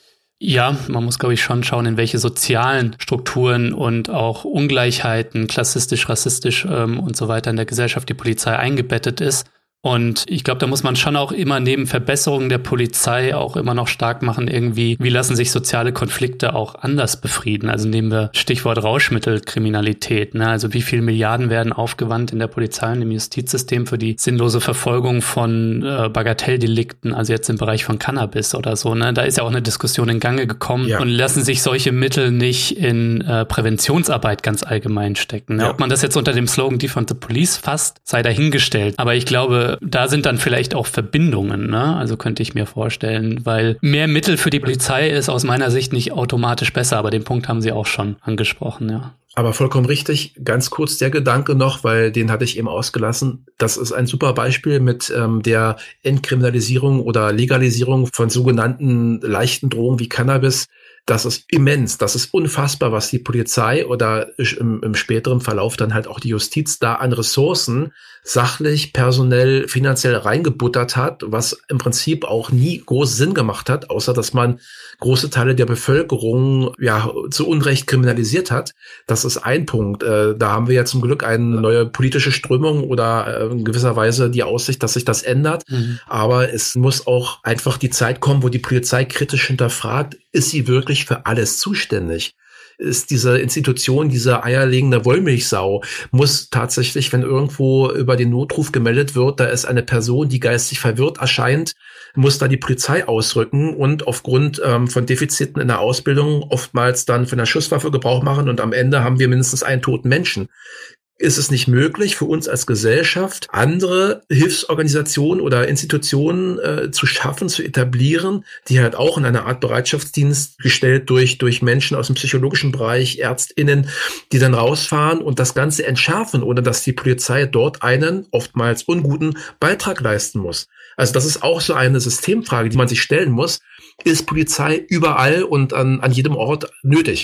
Ja, man muss, glaube ich, schon schauen, in welche sozialen Strukturen und auch Ungleichheiten, klassistisch, rassistisch ähm, und so weiter in der Gesellschaft die Polizei eingebettet ist. Und ich glaube, da muss man schon auch immer neben Verbesserungen der Polizei auch immer noch stark machen, irgendwie, wie lassen sich soziale Konflikte auch anders befrieden? Also nehmen wir Stichwort Rauschmittelkriminalität, ne? Also wie viele Milliarden werden aufgewandt in der Polizei und im Justizsystem für die sinnlose Verfolgung von äh, Bagatelldelikten, also jetzt im Bereich von Cannabis oder so, ne? Da ist ja auch eine Diskussion in Gange gekommen, ja. Und lassen sich solche Mittel nicht in äh, Präventionsarbeit ganz allgemein stecken, ne? Ja. Ob man das jetzt unter dem Slogan Defund the Police fasst, sei dahingestellt. Aber ich glaube, da sind dann vielleicht auch Verbindungen, ne? Also könnte ich mir vorstellen, weil mehr Mittel für die Polizei ist aus meiner Sicht nicht automatisch besser, aber den Punkt haben Sie auch schon angesprochen, ja. Aber vollkommen richtig. Ganz kurz der Gedanke noch, weil den hatte ich eben ausgelassen. Das ist ein super Beispiel mit ähm, der Entkriminalisierung oder Legalisierung von sogenannten leichten Drogen wie Cannabis. Das ist immens, das ist unfassbar, was die Polizei oder im, im späteren Verlauf dann halt auch die Justiz da an Ressourcen sachlich, personell, finanziell reingebuttert hat, was im Prinzip auch nie groß Sinn gemacht hat, außer dass man große Teile der Bevölkerung ja zu Unrecht kriminalisiert hat. Das ist ein Punkt. Äh, da haben wir ja zum Glück eine neue politische Strömung oder äh, in gewisser Weise die Aussicht, dass sich das ändert. Mhm. Aber es muss auch einfach die Zeit kommen, wo die Polizei kritisch hinterfragt, ist sie wirklich für alles zuständig? Ist diese Institution, diese eierlegende Wollmilchsau, muss tatsächlich, wenn irgendwo über den Notruf gemeldet wird, da ist eine Person, die geistig verwirrt erscheint, muss da die Polizei ausrücken und aufgrund ähm, von Defiziten in der Ausbildung oftmals dann von der Schusswaffe Gebrauch machen und am Ende haben wir mindestens einen toten Menschen. Ist es nicht möglich für uns als Gesellschaft, andere Hilfsorganisationen oder Institutionen äh, zu schaffen, zu etablieren, die halt auch in einer Art Bereitschaftsdienst gestellt durch durch Menschen aus dem psychologischen Bereich, ÄrztInnen, die dann rausfahren und das Ganze entschärfen, ohne dass die Polizei dort einen oftmals unguten Beitrag leisten muss. Also das ist auch so eine Systemfrage, die man sich stellen muss. Ist Polizei überall und an, an jedem Ort nötig?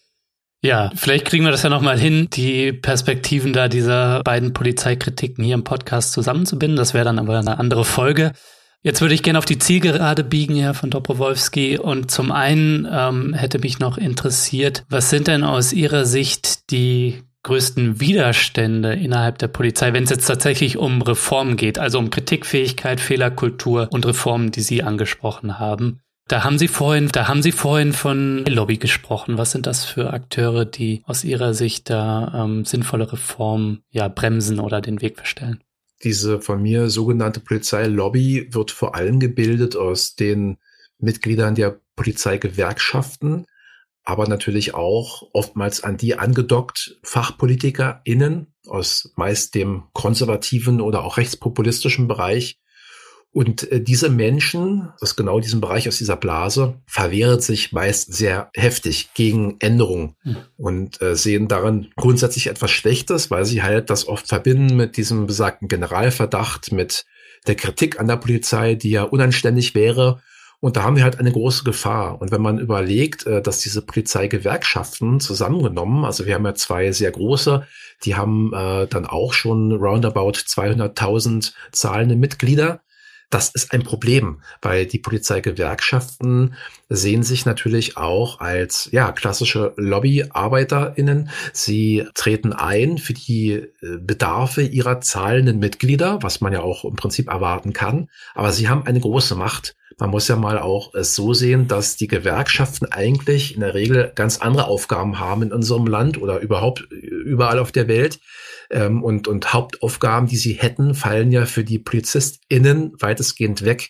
Ja, vielleicht kriegen wir das ja nochmal hin, die Perspektiven da dieser beiden Polizeikritiken hier im Podcast zusammenzubinden. Das wäre dann aber eine andere Folge. Jetzt würde ich gerne auf die Zielgerade biegen, Herr von Dobrowolski. Und zum einen ähm, hätte mich noch interessiert, was sind denn aus Ihrer Sicht die größten Widerstände innerhalb der Polizei, wenn es jetzt tatsächlich um Reformen geht, also um Kritikfähigkeit, Fehlerkultur und Reformen, die Sie angesprochen haben? Da haben Sie vorhin, da haben Sie vorhin von Lobby gesprochen. Was sind das für Akteure, die aus Ihrer Sicht da ähm, sinnvolle Reformen ja bremsen oder den Weg verstellen? Diese von mir sogenannte Polizeilobby wird vor allem gebildet aus den Mitgliedern der Polizeigewerkschaften, aber natürlich auch oftmals an die angedockt FachpolitikerInnen aus meist dem konservativen oder auch rechtspopulistischen Bereich. Und äh, diese Menschen, aus genau diesem Bereich, aus dieser Blase, verwehren sich meist sehr heftig gegen Änderungen hm. und äh, sehen daran grundsätzlich etwas Schlechtes, weil sie halt das oft verbinden mit diesem besagten Generalverdacht, mit der Kritik an der Polizei, die ja unanständig wäre. Und da haben wir halt eine große Gefahr. Und wenn man überlegt, äh, dass diese Polizeigewerkschaften zusammengenommen, also wir haben ja zwei sehr große, die haben äh, dann auch schon roundabout zweihunderttausend zahlende Mitglieder. Das ist ein Problem, weil die Polizeigewerkschaften sehen sich natürlich auch als ja klassische LobbyarbeiterInnen. Sie treten ein für die Bedarfe ihrer zahlenden Mitglieder, was man ja auch im Prinzip erwarten kann. Aber sie haben eine große Macht. Man muss ja mal auch es so sehen, dass die Gewerkschaften eigentlich in der Regel ganz andere Aufgaben haben in unserem Land oder überhaupt überall auf der Welt. Und, und Hauptaufgaben, die sie hätten, fallen ja für die PolizistInnen weitestgehend weg.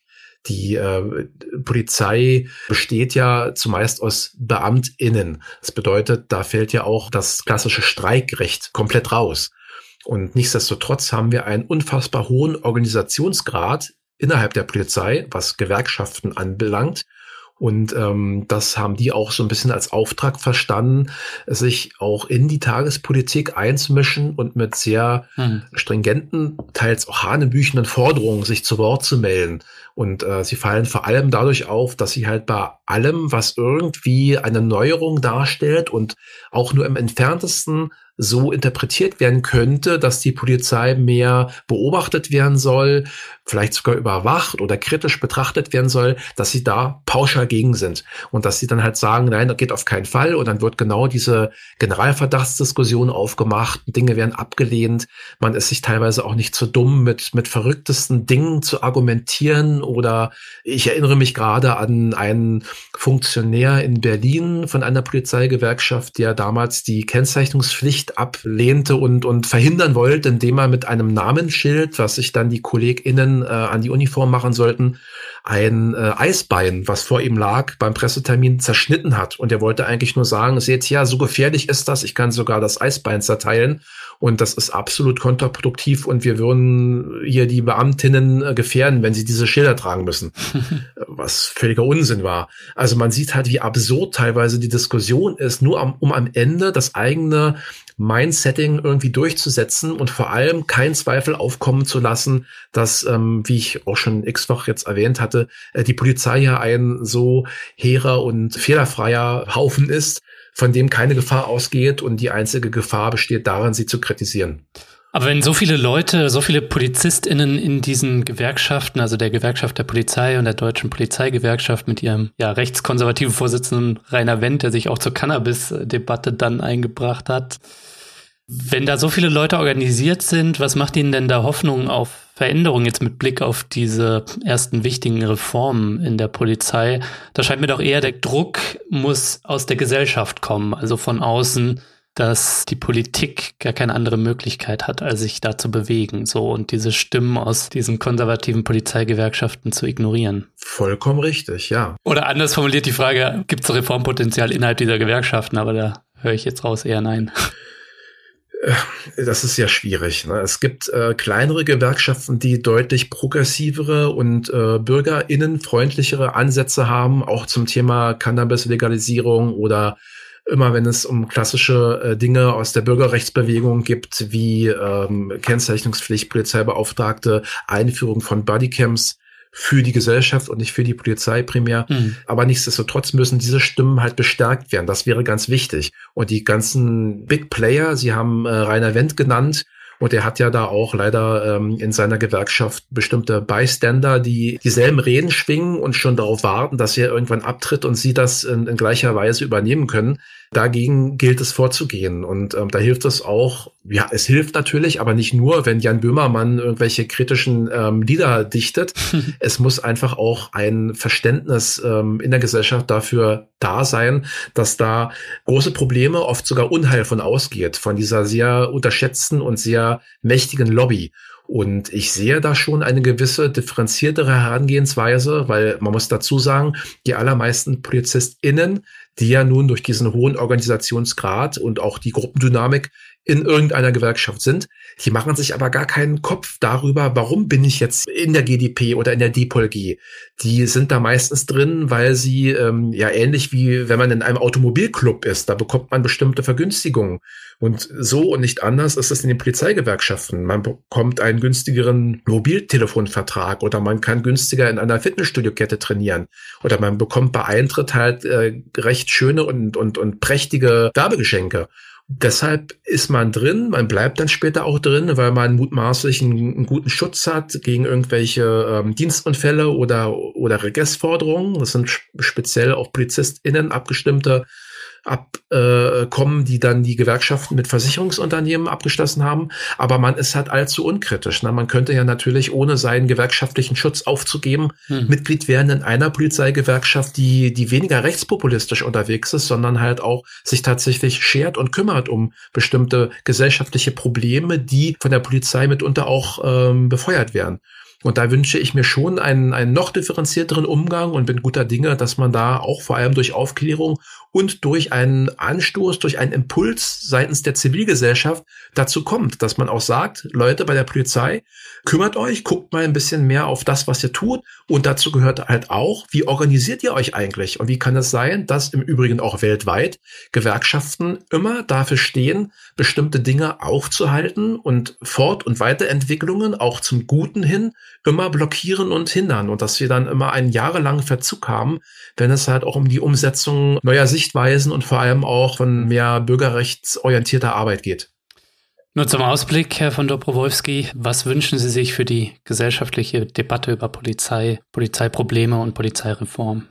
Die äh, Polizei besteht ja zumeist aus BeamtInnen. Das bedeutet, da fällt ja auch das klassische Streikrecht komplett raus. Und nichtsdestotrotz haben wir einen unfassbar hohen Organisationsgrad innerhalb der Polizei, was Gewerkschaften anbelangt. Und ähm, das haben die auch so ein bisschen als Auftrag verstanden, sich auch in die Tagespolitik einzumischen und mit sehr hm. stringenten, teils auch hanebüchenden Forderungen sich zu Wort zu melden. Und äh, sie fallen vor allem dadurch auf, dass sie halt bei allem, was irgendwie eine Neuerung darstellt und auch nur im entferntesten so interpretiert werden könnte, dass die Polizei mehr beobachtet werden soll, vielleicht sogar überwacht oder kritisch betrachtet werden soll, dass sie da pauschal gegen sind und dass sie dann halt sagen, nein, das geht auf keinen Fall, und dann wird genau diese Generalverdachtsdiskussion aufgemacht, Dinge werden abgelehnt, man ist sich teilweise auch nicht zu dumm, mit mit verrücktesten Dingen zu argumentieren. Oder ich erinnere mich gerade an einen Funktionär in Berlin von einer Polizeigewerkschaft, der damals die Kennzeichnungspflicht ablehnte und und verhindern wollte, indem er mit einem Namensschild, was sich dann die KollegInnen äh, an die Uniform machen sollten, ein äh, Eisbein, was vor ihm lag, beim Pressetermin zerschnitten hat. Und er wollte eigentlich nur sagen, seht ja, so gefährlich ist das, ich kann sogar das Eisbein zerteilen. Und das ist absolut kontraproduktiv und wir würden hier die Beamtinnen äh, gefährden, wenn sie diese Schilder tragen müssen. Was völliger Unsinn war. Also man sieht halt, wie absurd teilweise die Diskussion ist, nur am, um am Ende das eigene Mindsetting irgendwie durchzusetzen und vor allem keinen Zweifel aufkommen zu lassen, dass, ähm, wie ich auch schon x-fach jetzt erwähnt hatte, äh, die Polizei ja ein so hehrer und fehlerfreier Haufen ist, von dem keine Gefahr ausgeht und die einzige Gefahr besteht darin, sie zu kritisieren. Aber wenn so viele Leute, so viele PolizistInnen in diesen Gewerkschaften, also der Gewerkschaft der Polizei und der Deutschen Polizeigewerkschaft mit ihrem ja rechtskonservativen Vorsitzenden Rainer Wendt, der sich auch zur Cannabis-Debatte dann eingebracht hat, wenn da so viele Leute organisiert sind, was macht Ihnen denn da Hoffnung auf Veränderung jetzt mit Blick auf diese ersten wichtigen Reformen in der Polizei? Da scheint mir doch eher, der Druck muss aus der Gesellschaft kommen, also von außen, dass die Politik gar keine andere Möglichkeit hat, als sich da zu bewegen, so, und diese Stimmen aus diesen konservativen Polizeigewerkschaften zu ignorieren. Vollkommen richtig, ja. Oder anders formuliert die Frage, gibt es Reformpotenzial innerhalb dieser Gewerkschaften? Aber da höre ich jetzt raus eher nein. Das ist ja schwierig. Ne? Es gibt äh, kleinere Gewerkschaften, die deutlich progressivere und äh, bürgerinnenfreundlichere Ansätze haben, auch zum Thema Cannabis-Legalisierung oder immer wenn es um klassische äh, Dinge aus der Bürgerrechtsbewegung gibt, wie ähm, Kennzeichnungspflicht, Polizeibeauftragte, Einführung von Bodycams für die Gesellschaft und nicht für die Polizei primär. Mhm. Aber nichtsdestotrotz müssen diese Stimmen halt bestärkt werden. Das wäre ganz wichtig. Und die ganzen Big Player, Sie haben äh, Rainer Wendt genannt, und er hat ja da auch leider ähm, in seiner Gewerkschaft bestimmte Bystander, die dieselben Reden schwingen und schon darauf warten, dass er irgendwann abtritt und sie das in, in gleicher Weise übernehmen können. Dagegen gilt es vorzugehen. Und ähm, da hilft es auch, ja, es hilft natürlich, aber nicht nur, wenn Jan Böhmermann irgendwelche kritischen ähm, Lieder dichtet. Es muss einfach auch ein Verständnis ähm, in der Gesellschaft dafür da sein, dass da große Probleme, oft sogar Unheil von ausgeht, von dieser sehr unterschätzten und sehr mächtigen Lobby. Und ich sehe da schon eine gewisse differenziertere Herangehensweise, weil man muss dazu sagen, die allermeisten PolizistInnen, die ja nun durch diesen hohen Organisationsgrad und auch die Gruppendynamik in irgendeiner Gewerkschaft sind, die machen sich aber gar keinen Kopf darüber, warum bin ich jetzt in der G d P oder in der D P O L G. Die sind da meistens drin, weil sie ähm, ja ähnlich wie wenn man in einem Automobilclub ist, da bekommt man bestimmte Vergünstigungen. Und so und nicht anders ist es in den Polizeigewerkschaften. Man bekommt einen günstigeren Mobiltelefonvertrag oder man kann günstiger in einer Fitnessstudiokette trainieren oder man bekommt bei Eintritt halt äh, recht schöne und und und prächtige Werbegeschenke. Deshalb ist man drin, man bleibt dann später auch drin, weil man mutmaßlich einen, einen guten Schutz hat gegen irgendwelche ähm, Dienstunfälle oder oder Regressforderungen. Das sind speziell auf PolizistInnen abgestimmte Abkommen, äh, die dann die Gewerkschaften mit Versicherungsunternehmen abgeschlossen haben. Aber man ist halt allzu unkritisch. Ne? Man könnte ja natürlich, ohne seinen gewerkschaftlichen Schutz aufzugeben, hm. Mitglied werden in einer Polizeigewerkschaft, die die weniger rechtspopulistisch unterwegs ist, sondern halt auch sich tatsächlich schert und kümmert um bestimmte gesellschaftliche Probleme, die von der Polizei mitunter auch ähm, befeuert werden. Und da wünsche ich mir schon einen, einen noch differenzierteren Umgang und bin guter Dinge, dass man da auch vor allem durch Aufklärung und durch einen Anstoß, durch einen Impuls seitens der Zivilgesellschaft dazu kommt, dass man auch sagt, Leute bei der Polizei, kümmert euch, guckt mal ein bisschen mehr auf das, was ihr tut. Und dazu gehört halt auch, wie organisiert ihr euch eigentlich? Und wie kann es sein, dass im Übrigen auch weltweit Gewerkschaften immer dafür stehen, bestimmte Dinge aufzuhalten und Fort- und Weiterentwicklungen auch zum Guten hin immer blockieren und hindern. Und dass wir dann immer einen jahrelangen Verzug haben, wenn es halt auch um die Umsetzung neuer Sichtweisen und vor allem auch von mehr bürgerrechtsorientierter Arbeit geht. Nur zum Ausblick, Herr von Dobrowolski, was wünschen Sie sich für die gesellschaftliche Debatte über Polizei, Polizeiprobleme und Polizeireform?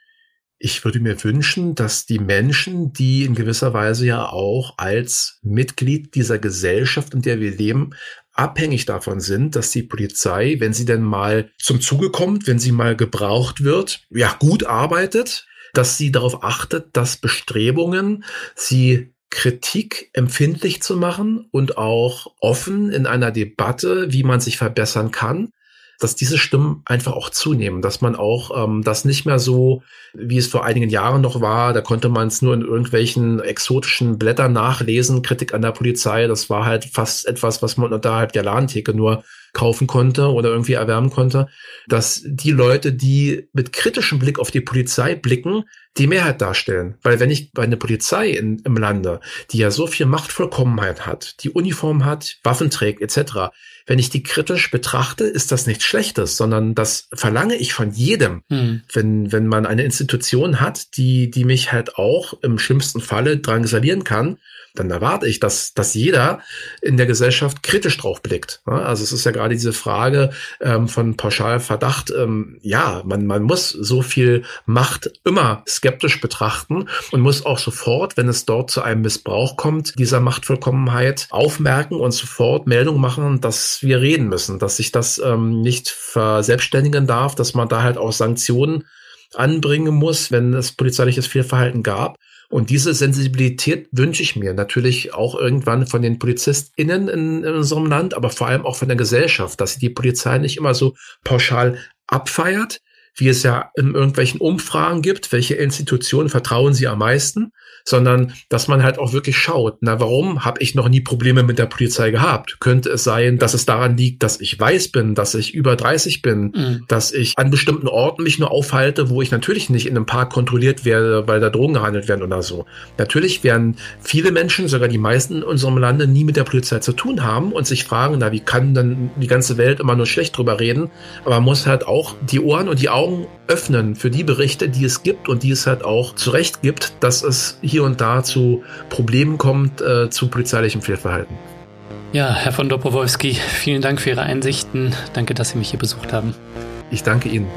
Ich würde mir wünschen, dass die Menschen, die in gewisser Weise ja auch als Mitglied dieser Gesellschaft, in der wir leben, abhängig davon sind, dass die Polizei, wenn sie denn mal zum Zuge kommt, wenn sie mal gebraucht wird, ja gut arbeitet, dass sie darauf achtet, dass Bestrebungen, sie Kritik empfindlich zu machen und auch offen in einer Debatte, wie man sich verbessern kann, dass diese Stimmen einfach auch zunehmen, dass man auch ähm, das nicht mehr so, wie es vor einigen Jahren noch war, da konnte man es nur in irgendwelchen exotischen Blättern nachlesen, Kritik an der Polizei, das war halt fast etwas, was man unterhalb der Ladentheke nur kaufen konnte oder irgendwie erwärmen konnte, dass die Leute, die mit kritischem Blick auf die Polizei blicken, die Mehrheit darstellen. Weil wenn ich bei einer Polizei in, im Lande, die ja so viel Machtvollkommenheit hat, die Uniform hat, Waffen trägt et cetera, wenn ich die kritisch betrachte, ist das nichts Schlechtes, sondern das verlange ich von jedem. Hm. Wenn wenn man eine Institution hat, die die mich halt auch im schlimmsten Falle drangsalieren kann, dann erwarte ich, dass dass jeder in der Gesellschaft kritisch drauf blickt. Also es ist ja gerade diese Frage ähm, von Pauschalverdacht. Ähm, ja, man man muss so viel Macht immer skeptisch betrachten und muss auch sofort, wenn es dort zu einem Missbrauch kommt, dieser Machtvollkommenheit aufmerken und sofort Meldung machen, dass wir reden müssen, dass sich das ähm, nicht verselbstständigen darf, dass man da halt auch Sanktionen anbringen muss, wenn es polizeiliches Fehlverhalten gab. Und diese Sensibilität wünsche ich mir natürlich auch irgendwann von den PolizistInnen in, in unserem Land, aber vor allem auch von der Gesellschaft, dass sie die Polizei nicht immer so pauschal abfeiert, wie es ja in irgendwelchen Umfragen gibt, welche Institutionen vertrauen sie am meisten, sondern dass man halt auch wirklich schaut, na, warum habe ich noch nie Probleme mit der Polizei gehabt? Könnte es sein, dass es daran liegt, dass ich weiß bin, dass ich über dreißig bin, mhm. dass ich an bestimmten Orten mich nur aufhalte, wo ich natürlich nicht in einem Park kontrolliert werde, weil da Drogen gehandelt werden oder so. Natürlich werden viele Menschen, sogar die meisten in unserem Lande, nie mit der Polizei zu tun haben und sich fragen, na, wie kann dann die ganze Welt immer nur schlecht drüber reden? Aber man muss halt auch die Ohren und die Augen öffnen für die Berichte, die es gibt und die es halt auch zu Recht gibt, dass es hier und da zu Problemen kommt, äh, zu polizeilichem Fehlverhalten. Ja, Herr von Dobrowolski, vielen Dank für Ihre Einsichten. Danke, dass Sie mich hier besucht haben. Ich danke Ihnen.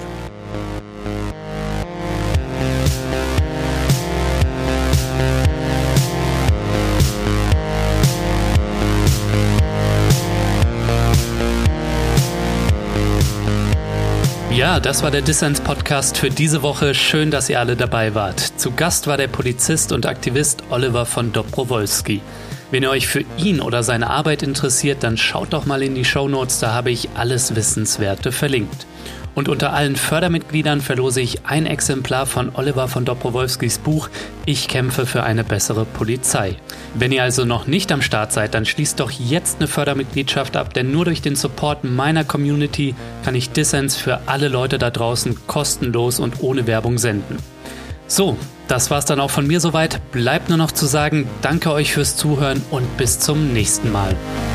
Ja, das war der Dissens-Podcast für diese Woche. Schön, dass ihr alle dabei wart. Zu Gast war der Polizist und Aktivist Oliver von Dobrowolski. Wenn ihr euch für ihn oder seine Arbeit interessiert, dann schaut doch mal in die Shownotes, da habe ich alles Wissenswerte verlinkt. Und unter allen Fördermitgliedern verlose ich ein Exemplar von Oliver von Dobrowolskis Buch Ich kämpfe für eine bessere Polizei. Wenn ihr also noch nicht am Start seid, dann schließt doch jetzt eine Fördermitgliedschaft ab, denn nur durch den Support meiner Community kann ich Dissens für alle Leute da draußen kostenlos und ohne Werbung senden. So, das war's dann auch von mir soweit. Bleibt nur noch zu sagen, danke euch fürs Zuhören und bis zum nächsten Mal.